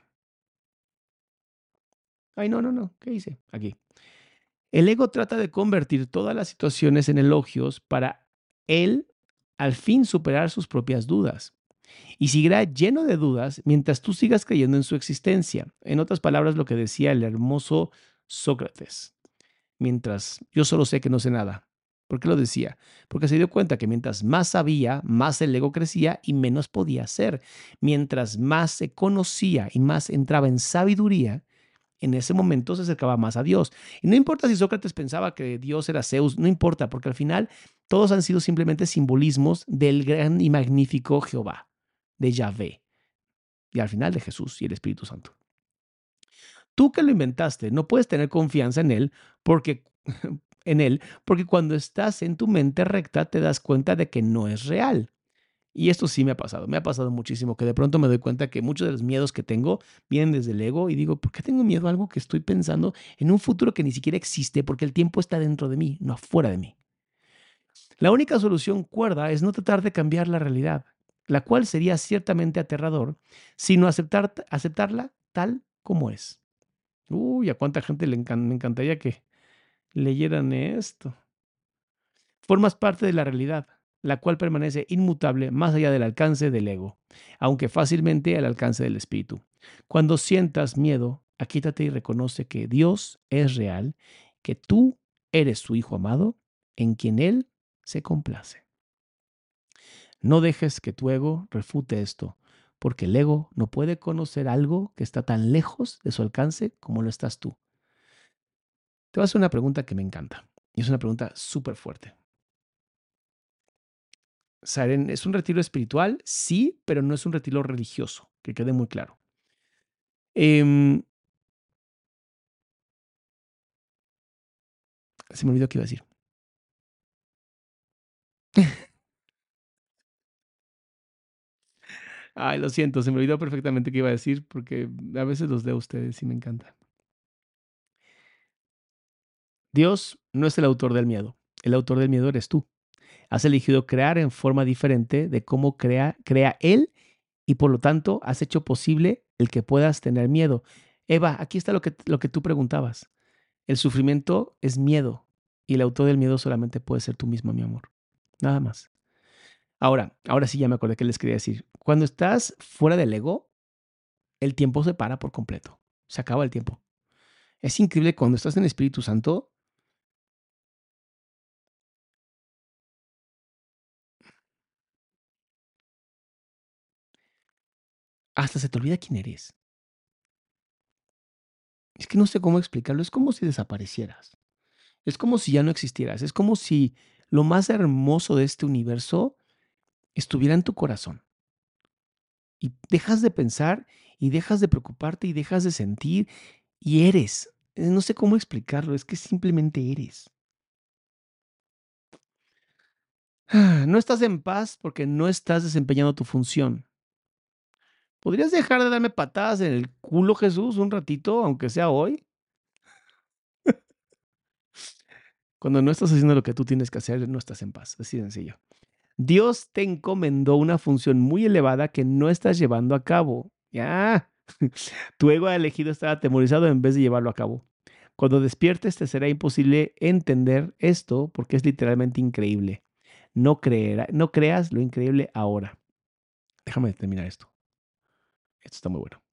Ay, no, no, no, ¿qué hice? Aquí. El ego trata de convertir todas las situaciones en elogios para él al fin superar sus propias dudas. Y seguirá lleno de dudas mientras tú sigas creyendo en su existencia. En otras palabras, lo que decía el hermoso Sócrates. Mientras yo solo sé que no sé nada. ¿Por qué lo decía? Porque se dio cuenta que mientras más sabía, más el ego crecía y menos podía hacer. Mientras más se conocía y más entraba en sabiduría, en ese momento se acercaba más a Dios. Y no importa si Sócrates pensaba que Dios era Zeus, no importa, porque al final todos han sido simplemente simbolismos del gran y magnífico Jehová, de Yahvé, y al final de Jesús y el Espíritu Santo. Tú que lo inventaste, no puedes tener confianza en él porque en él, porque cuando estás en tu mente recta te das cuenta de que no es real. Y esto sí me ha pasado, me ha pasado muchísimo, que de pronto me doy cuenta que muchos de los miedos que tengo vienen desde el ego y digo, ¿por qué tengo miedo a algo que estoy pensando en un futuro que ni siquiera existe? Porque el tiempo está dentro de mí, no afuera de mí. La única solución cuerda es no tratar de cambiar la realidad, la cual sería ciertamente aterrador, sino aceptar, aceptarla tal como es. Uy, a cuánta gente le encan- me encantaría que leyeran esto. Formas parte de la realidad, la cual permanece inmutable más allá del alcance del ego, aunque fácilmente al alcance del espíritu. Cuando sientas miedo, aquítate y reconoce que Dios es real, que tú eres su Hijo amado, en quien Él se complace. No dejes que tu ego refute esto, porque el ego no puede conocer algo que está tan lejos de su alcance como lo estás tú. Te voy a hacer una pregunta que me encanta, y es una pregunta súper fuerte. Saren, ¿es un retiro espiritual? Sí, pero no es un retiro religioso, que quede muy claro. Em, Se me olvidó qué iba a decir. Ay, lo siento, se me olvidó perfectamente qué iba a decir porque a veces los leo a ustedes y me encanta. Dios no es el autor del miedo. El autor del miedo eres tú. Has elegido crear en forma diferente de cómo crea, crea Él y por lo tanto has hecho posible el que puedas tener miedo. Eva, aquí está lo que, lo que tú preguntabas. El sufrimiento es miedo y el autor del miedo solamente puede ser tú mismo, mi amor. Nada más. Ahora, ahora sí ya me acordé que les quería decir. Cuando estás fuera del ego, el tiempo se para por completo. Se acaba el tiempo. Es increíble cuando estás en el Espíritu Santo, hasta se te olvida quién eres. Es que no sé cómo explicarlo. Es como si desaparecieras. Es como si ya no existieras. Es como si lo más hermoso de este universo estuviera en tu corazón. Y dejas de pensar y dejas de preocuparte y dejas de sentir y eres. Eh, No sé cómo explicarlo. Es que simplemente eres. Ah, No estás en paz porque no estás desempeñando tu función. ¿Podrías dejar de darme patadas en el culo, Jesús, un ratito, aunque sea hoy? Cuando no estás haciendo lo que tú tienes que hacer, no estás en paz. Así de sencillo. Dios te encomendó una función muy elevada que no estás llevando a cabo. Ya. Tu ego ha elegido estar atemorizado en vez de llevarlo a cabo. Cuando despiertes te será imposible entender esto porque es literalmente increíble. No, creerá, no creas lo increíble ahora. Déjame terminar esto. Esto está muy bueno.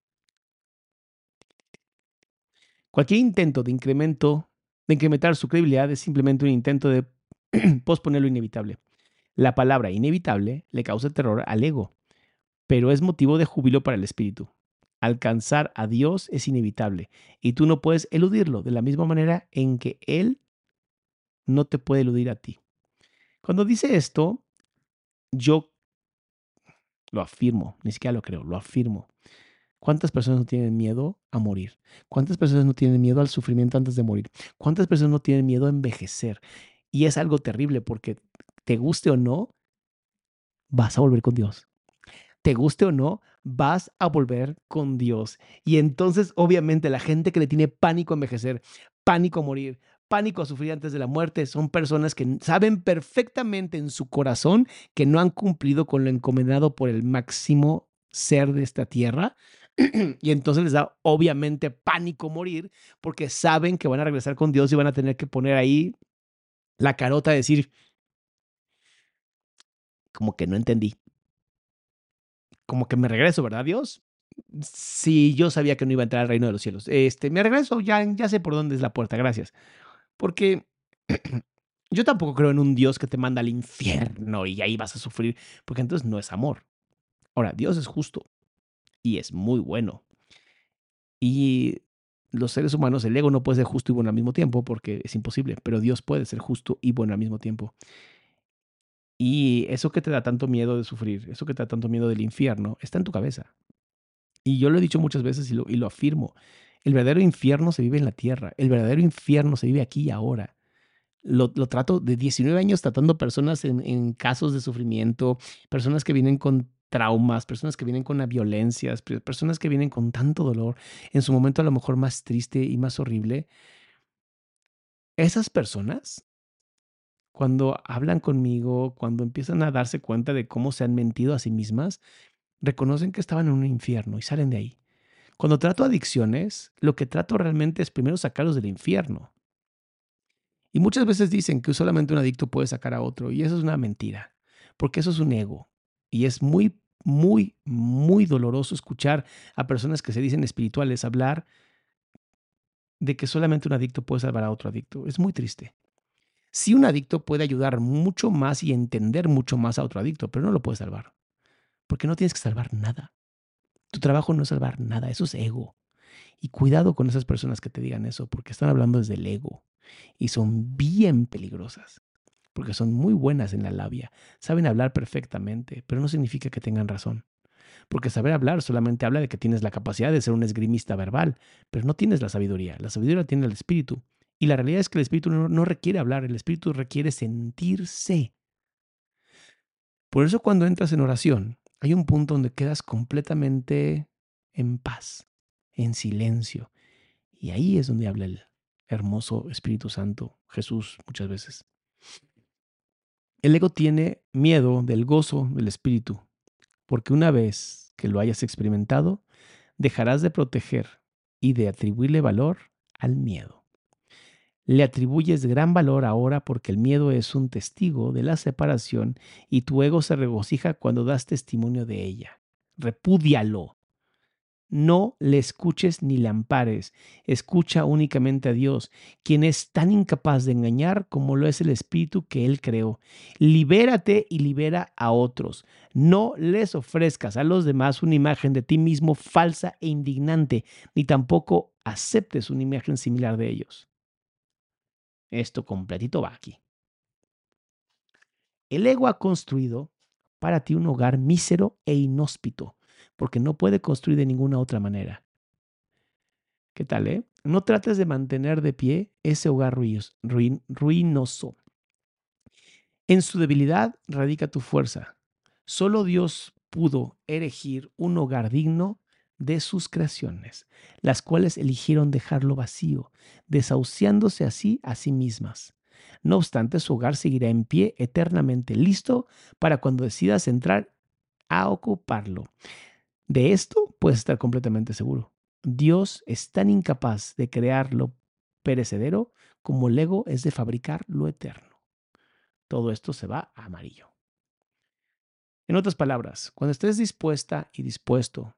Cualquier intento de incremento, de incrementar su credibilidad es simplemente un intento de posponer lo inevitable. La palabra inevitable le causa terror al ego, pero es motivo de júbilo para el espíritu. Alcanzar a Dios es inevitable y tú no puedes eludirlo de la misma manera en que Él no te puede eludir a ti. Cuando dice esto, yo lo afirmo, ni siquiera lo creo, lo afirmo. ¿Cuántas personas no tienen miedo a morir? ¿Cuántas personas no tienen miedo al sufrimiento antes de morir? ¿Cuántas personas no tienen miedo a envejecer? Y es algo terrible porque te guste o no, vas a volver con Dios. Te guste o no, vas a volver con Dios. Y entonces, obviamente, la gente que le tiene pánico a envejecer, pánico a morir, pánico a sufrir antes de la muerte, son personas que saben perfectamente en su corazón que no han cumplido con lo encomendado por el máximo ser de esta tierra. Y entonces les da obviamente pánico morir porque saben que van a regresar con Dios y van a tener que poner ahí la carota de decir, como que no entendí. Como que me regreso, ¿verdad, Dios? Sí, yo sabía que no iba a entrar al reino de los cielos. Este, me regreso, ya, ya sé por dónde es la puerta, gracias. Porque yo tampoco creo en un Dios que te manda al infierno y ahí vas a sufrir, porque entonces no es amor. Ahora, Dios es justo y es muy bueno. Y los seres humanos, el ego no puede ser justo y bueno al mismo tiempo porque es imposible, pero Dios puede ser justo y bueno al mismo tiempo. Y eso que te da tanto miedo de sufrir, eso que te da tanto miedo del infierno, está en tu cabeza. Y yo lo he dicho muchas veces y lo, y lo afirmo. El verdadero infierno se vive en la tierra. El verdadero infierno se vive aquí y ahora. Lo, lo trato de diecinueve años tratando personas en, en casos de sufrimiento, personas que vienen con traumas, personas que vienen con violencias, personas que vienen con tanto dolor, en su momento a lo mejor más triste y más horrible. Esas personas, cuando hablan conmigo, cuando empiezan a darse cuenta de cómo se han mentido a sí mismas, reconocen que estaban en un infierno y salen de ahí. Cuando trato adicciones, lo que trato realmente es primero sacarlos del infierno. Y muchas veces dicen que solamente un adicto puede sacar a otro, y eso es una mentira, porque eso es un ego. Y es muy, muy, muy doloroso escuchar a personas que se dicen espirituales hablar de que solamente un adicto puede salvar a otro adicto. Es muy triste. Sí, un adicto puede ayudar mucho más y entender mucho más a otro adicto, pero no lo puede salvar, porque no tienes que salvar nada. Tu trabajo no es salvar nada, eso es ego. Y cuidado con esas personas que te digan eso, porque están hablando desde el ego y son bien peligrosas, porque son muy buenas en la labia, saben hablar perfectamente, pero no significa que tengan razón, porque saber hablar solamente habla de que tienes la capacidad de ser un esgrimista verbal, pero no tienes la sabiduría, la sabiduría tiene el espíritu, Y la realidad es que el espíritu no, no requiere hablar, el espíritu requiere sentirse. Por eso cuando entras en oración, hay un punto donde quedas completamente en paz, en silencio. Y ahí es donde habla el hermoso Espíritu Santo, Jesús, muchas veces. El ego tiene miedo del gozo del espíritu, porque una vez que lo hayas experimentado, dejarás de proteger y de atribuirle valor al miedo. Le atribuyes gran valor ahora porque el miedo es un testigo de la separación y tu ego se regocija cuando das testimonio de ella. Repúdialo. No le escuches ni le ampares. Escucha únicamente a Dios, quien es tan incapaz de engañar como lo es el espíritu que Él creó. Libérate y libera a otros. No les ofrezcas a los demás una imagen de ti mismo falsa e indignante, ni tampoco aceptes una imagen similar de ellos. Esto completito va aquí. El ego ha construido para ti un hogar mísero e inhóspito, porque no puede construir de ninguna otra manera. ¿Qué tal, eh? No trates de mantener de pie ese hogar ruinos- ruin- ruinoso. En su debilidad radica tu fuerza. Solo Dios pudo erigir un hogar digno de sus creaciones, las cuales eligieron dejarlo vacío, desahuciándose así a sí mismas. No obstante, su hogar seguirá en pie eternamente listo para cuando decidas entrar a ocuparlo. De esto puedes estar completamente seguro. Dios es tan incapaz de crear lo perecedero como el ego es de fabricar lo eterno. Todo esto se va a amarillo. En otras palabras, cuando estés dispuesta y dispuesto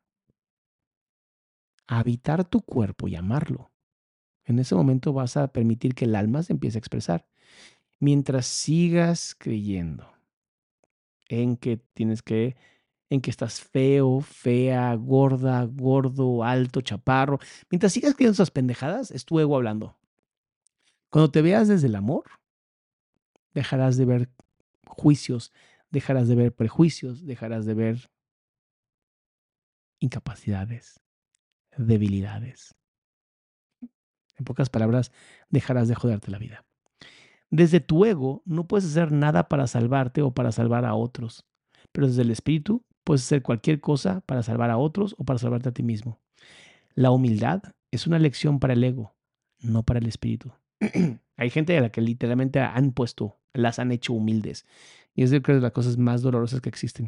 a habitar tu cuerpo y amarlo, en ese momento vas a permitir que el alma se empiece a expresar. Mientras sigas creyendo en que tienes que, en que estás feo, fea, gorda, gordo, alto, chaparro, mientras sigas creyendo esas pendejadas, es tu ego hablando. Cuando te veas desde el amor, dejarás de ver juicios, dejarás de ver prejuicios, dejarás de ver incapacidades, debilidades. En pocas palabras, dejarás de joderte la vida. Desde tu ego no puedes hacer nada para salvarte o para salvar a otros, pero desde el espíritu puedes hacer cualquier cosa para salvar a otros o para salvarte a ti mismo. La humildad es una lección para el ego, no para el espíritu. Hay gente a la que literalmente han puesto, las han hecho humildes. Y es de las cosas más dolorosas que existen.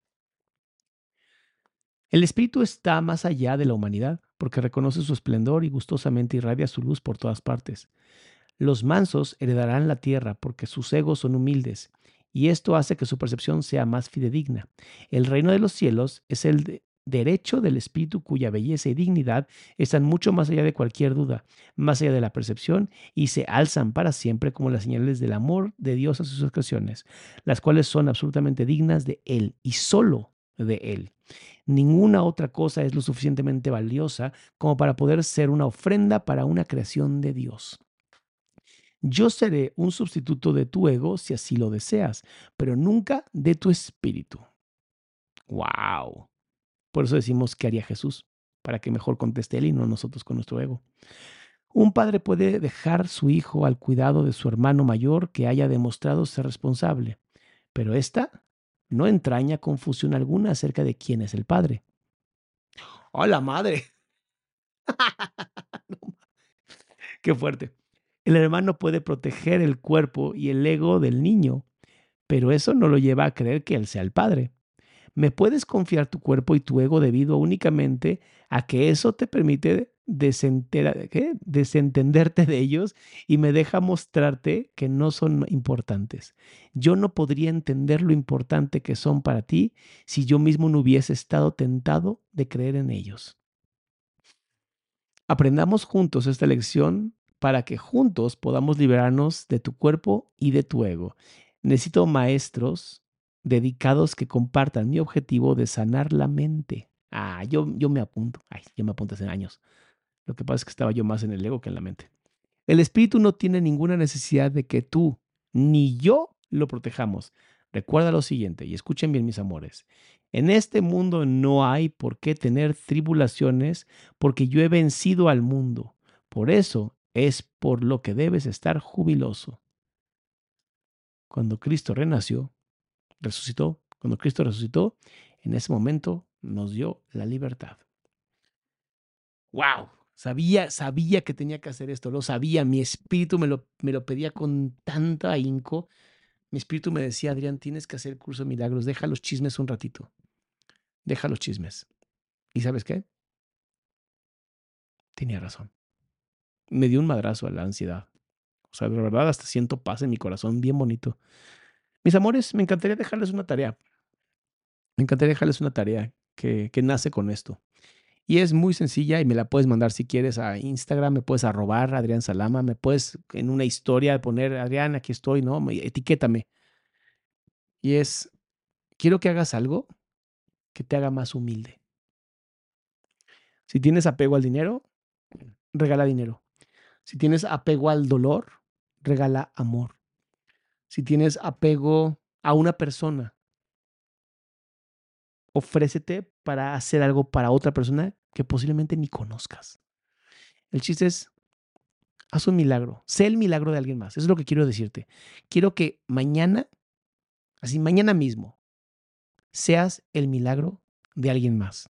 El espíritu está más allá de la humanidad porque reconoce su esplendor y gustosamente irradia su luz por todas partes. Los mansos heredarán la tierra porque sus egos son humildes y esto hace que su percepción sea más fidedigna. El reino de los cielos es el de- derecho del espíritu cuya belleza y dignidad están mucho más allá de cualquier duda, más allá de la percepción y se alzan para siempre como las señales del amor de Dios a sus creaciones, las cuales son absolutamente dignas de Él y solo de Él. Ninguna otra cosa es lo suficientemente valiosa como para poder ser una ofrenda para una creación de Dios. Yo seré un sustituto de tu ego si así lo deseas, pero nunca de tu espíritu. ¡Wow! Por eso decimos qué haría Jesús, para que mejor conteste él y no nosotros con nuestro ego. Un padre puede dejar su hijo al cuidado de su hermano mayor que haya demostrado ser responsable, pero esta no entraña confusión alguna acerca de quién es el padre. ¡Oh, la madre! ¡Qué fuerte! El hermano puede proteger el cuerpo y el ego del niño, pero eso no lo lleva a creer que él sea el padre. Me puedes confiar tu cuerpo y tu ego debido únicamente a que eso te permite desentera- ¿qué? desentenderte de ellos y me deja mostrarte que no son importantes. Yo no podría entender lo importante que son para ti si yo mismo no hubiese estado tentado de creer en ellos. Aprendamos juntos esta lección para que juntos podamos liberarnos de tu cuerpo y de tu ego. Necesito maestros dedicados que compartan mi objetivo de sanar la mente. Ah, yo, yo me apunto. Ay, yo me apunto hace años. Lo que pasa es que estaba yo más en el ego que en la mente. El espíritu no tiene ninguna necesidad de que tú ni yo lo protejamos. Recuerda lo siguiente, y escuchen bien mis amores. En este mundo no hay por qué tener tribulaciones porque yo he vencido al mundo. Por eso es por lo que debes estar jubiloso. Cuando Cristo renació, resucitó, cuando Cristo resucitó, en ese momento nos dio la libertad. ¡Wow! Sabía, sabía que tenía que hacer esto, lo sabía, mi espíritu me lo, me lo pedía con tanto ahínco. Mi espíritu me decía, Adrián, tienes que hacer el curso de milagros, deja los chismes un ratito, deja los chismes. ¿Y sabes qué? Tenía razón. Me dio un madrazo a la ansiedad. O sea, de verdad, hasta siento paz en mi corazón, bien bonito. Mis amores, me encantaría dejarles una tarea. Me encantaría dejarles una tarea que, que nace con esto. Y es muy sencilla y me la puedes mandar si quieres a Instagram, me puedes arrobar Adrián Salama, me puedes en una historia poner, Adrián, aquí estoy, ¿no? Etiquétame. Y es, quiero que hagas algo que te haga más humilde. Si tienes apego al dinero, regala dinero. Si tienes apego al dolor, regala amor. Si tienes apego a una persona, ofrécete para hacer algo para otra persona que posiblemente ni conozcas. El chiste es, haz un milagro, sé el milagro de alguien más. Eso es lo que quiero decirte. Quiero que mañana, así mañana mismo, seas el milagro de alguien más.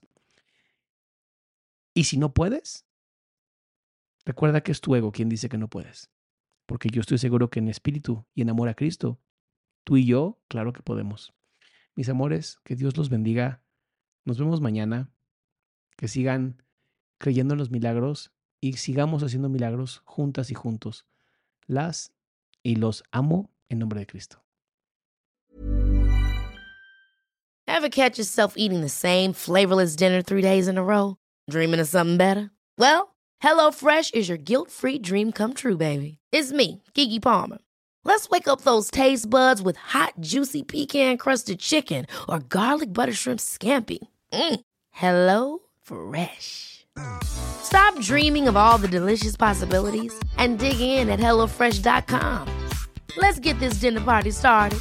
Y si no puedes, recuerda que es tu ego quien dice que no puedes. Porque yo estoy seguro que en espíritu y en amor a Cristo, tú y yo, claro que podemos. Mis amores, que Dios los bendiga. Nos vemos mañana. Que sigan creyendo en los milagros y sigamos haciendo milagros juntas y juntos. Las y los amo en nombre de Cristo. Ever catch yourself eating the same flavorless dinner three days in a row? Dreaming of something better? Well, HelloFresh is your guilt-free dream come true, baby. It's me, Keke Palmer. Let's wake up those taste buds with hot, juicy pecan-crusted chicken or garlic butter shrimp scampi. Mm. Hello Fresh. Stop dreaming of all the delicious possibilities and dig in at hello fresh dot com. Let's get this dinner party started.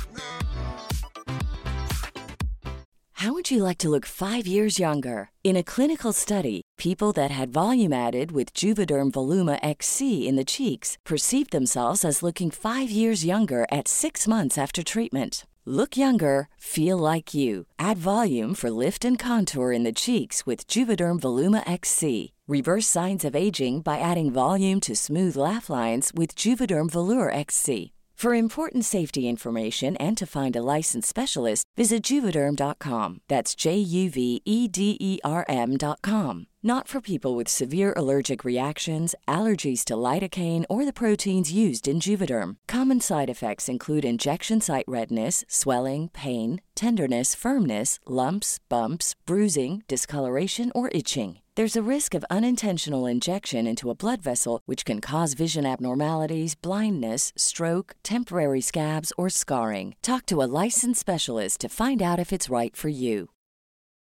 How would you like to look five years younger? In a clinical study, people that had volume added with Juvederm Voluma X C in the cheeks perceived themselves as looking five years younger at six months after treatment. Look younger, feel like you. Add volume for lift and contour in the cheeks with Juvederm Voluma X C. Reverse signs of aging by adding volume to smooth laugh lines with Juvederm Volure X C. For important safety information and to find a licensed specialist, visit Juvederm dot com. That's J U V E D E R M dot com. Not for people with severe allergic reactions, allergies to lidocaine, or the proteins used in Juvederm. Common side effects include injection site redness, swelling, pain, tenderness, firmness, lumps, bumps, bruising, discoloration, or itching. There's a risk of unintentional injection into a blood vessel, which can cause vision abnormalities, blindness, stroke, temporary scabs, or scarring. Talk to a licensed specialist to find out if it's right for you.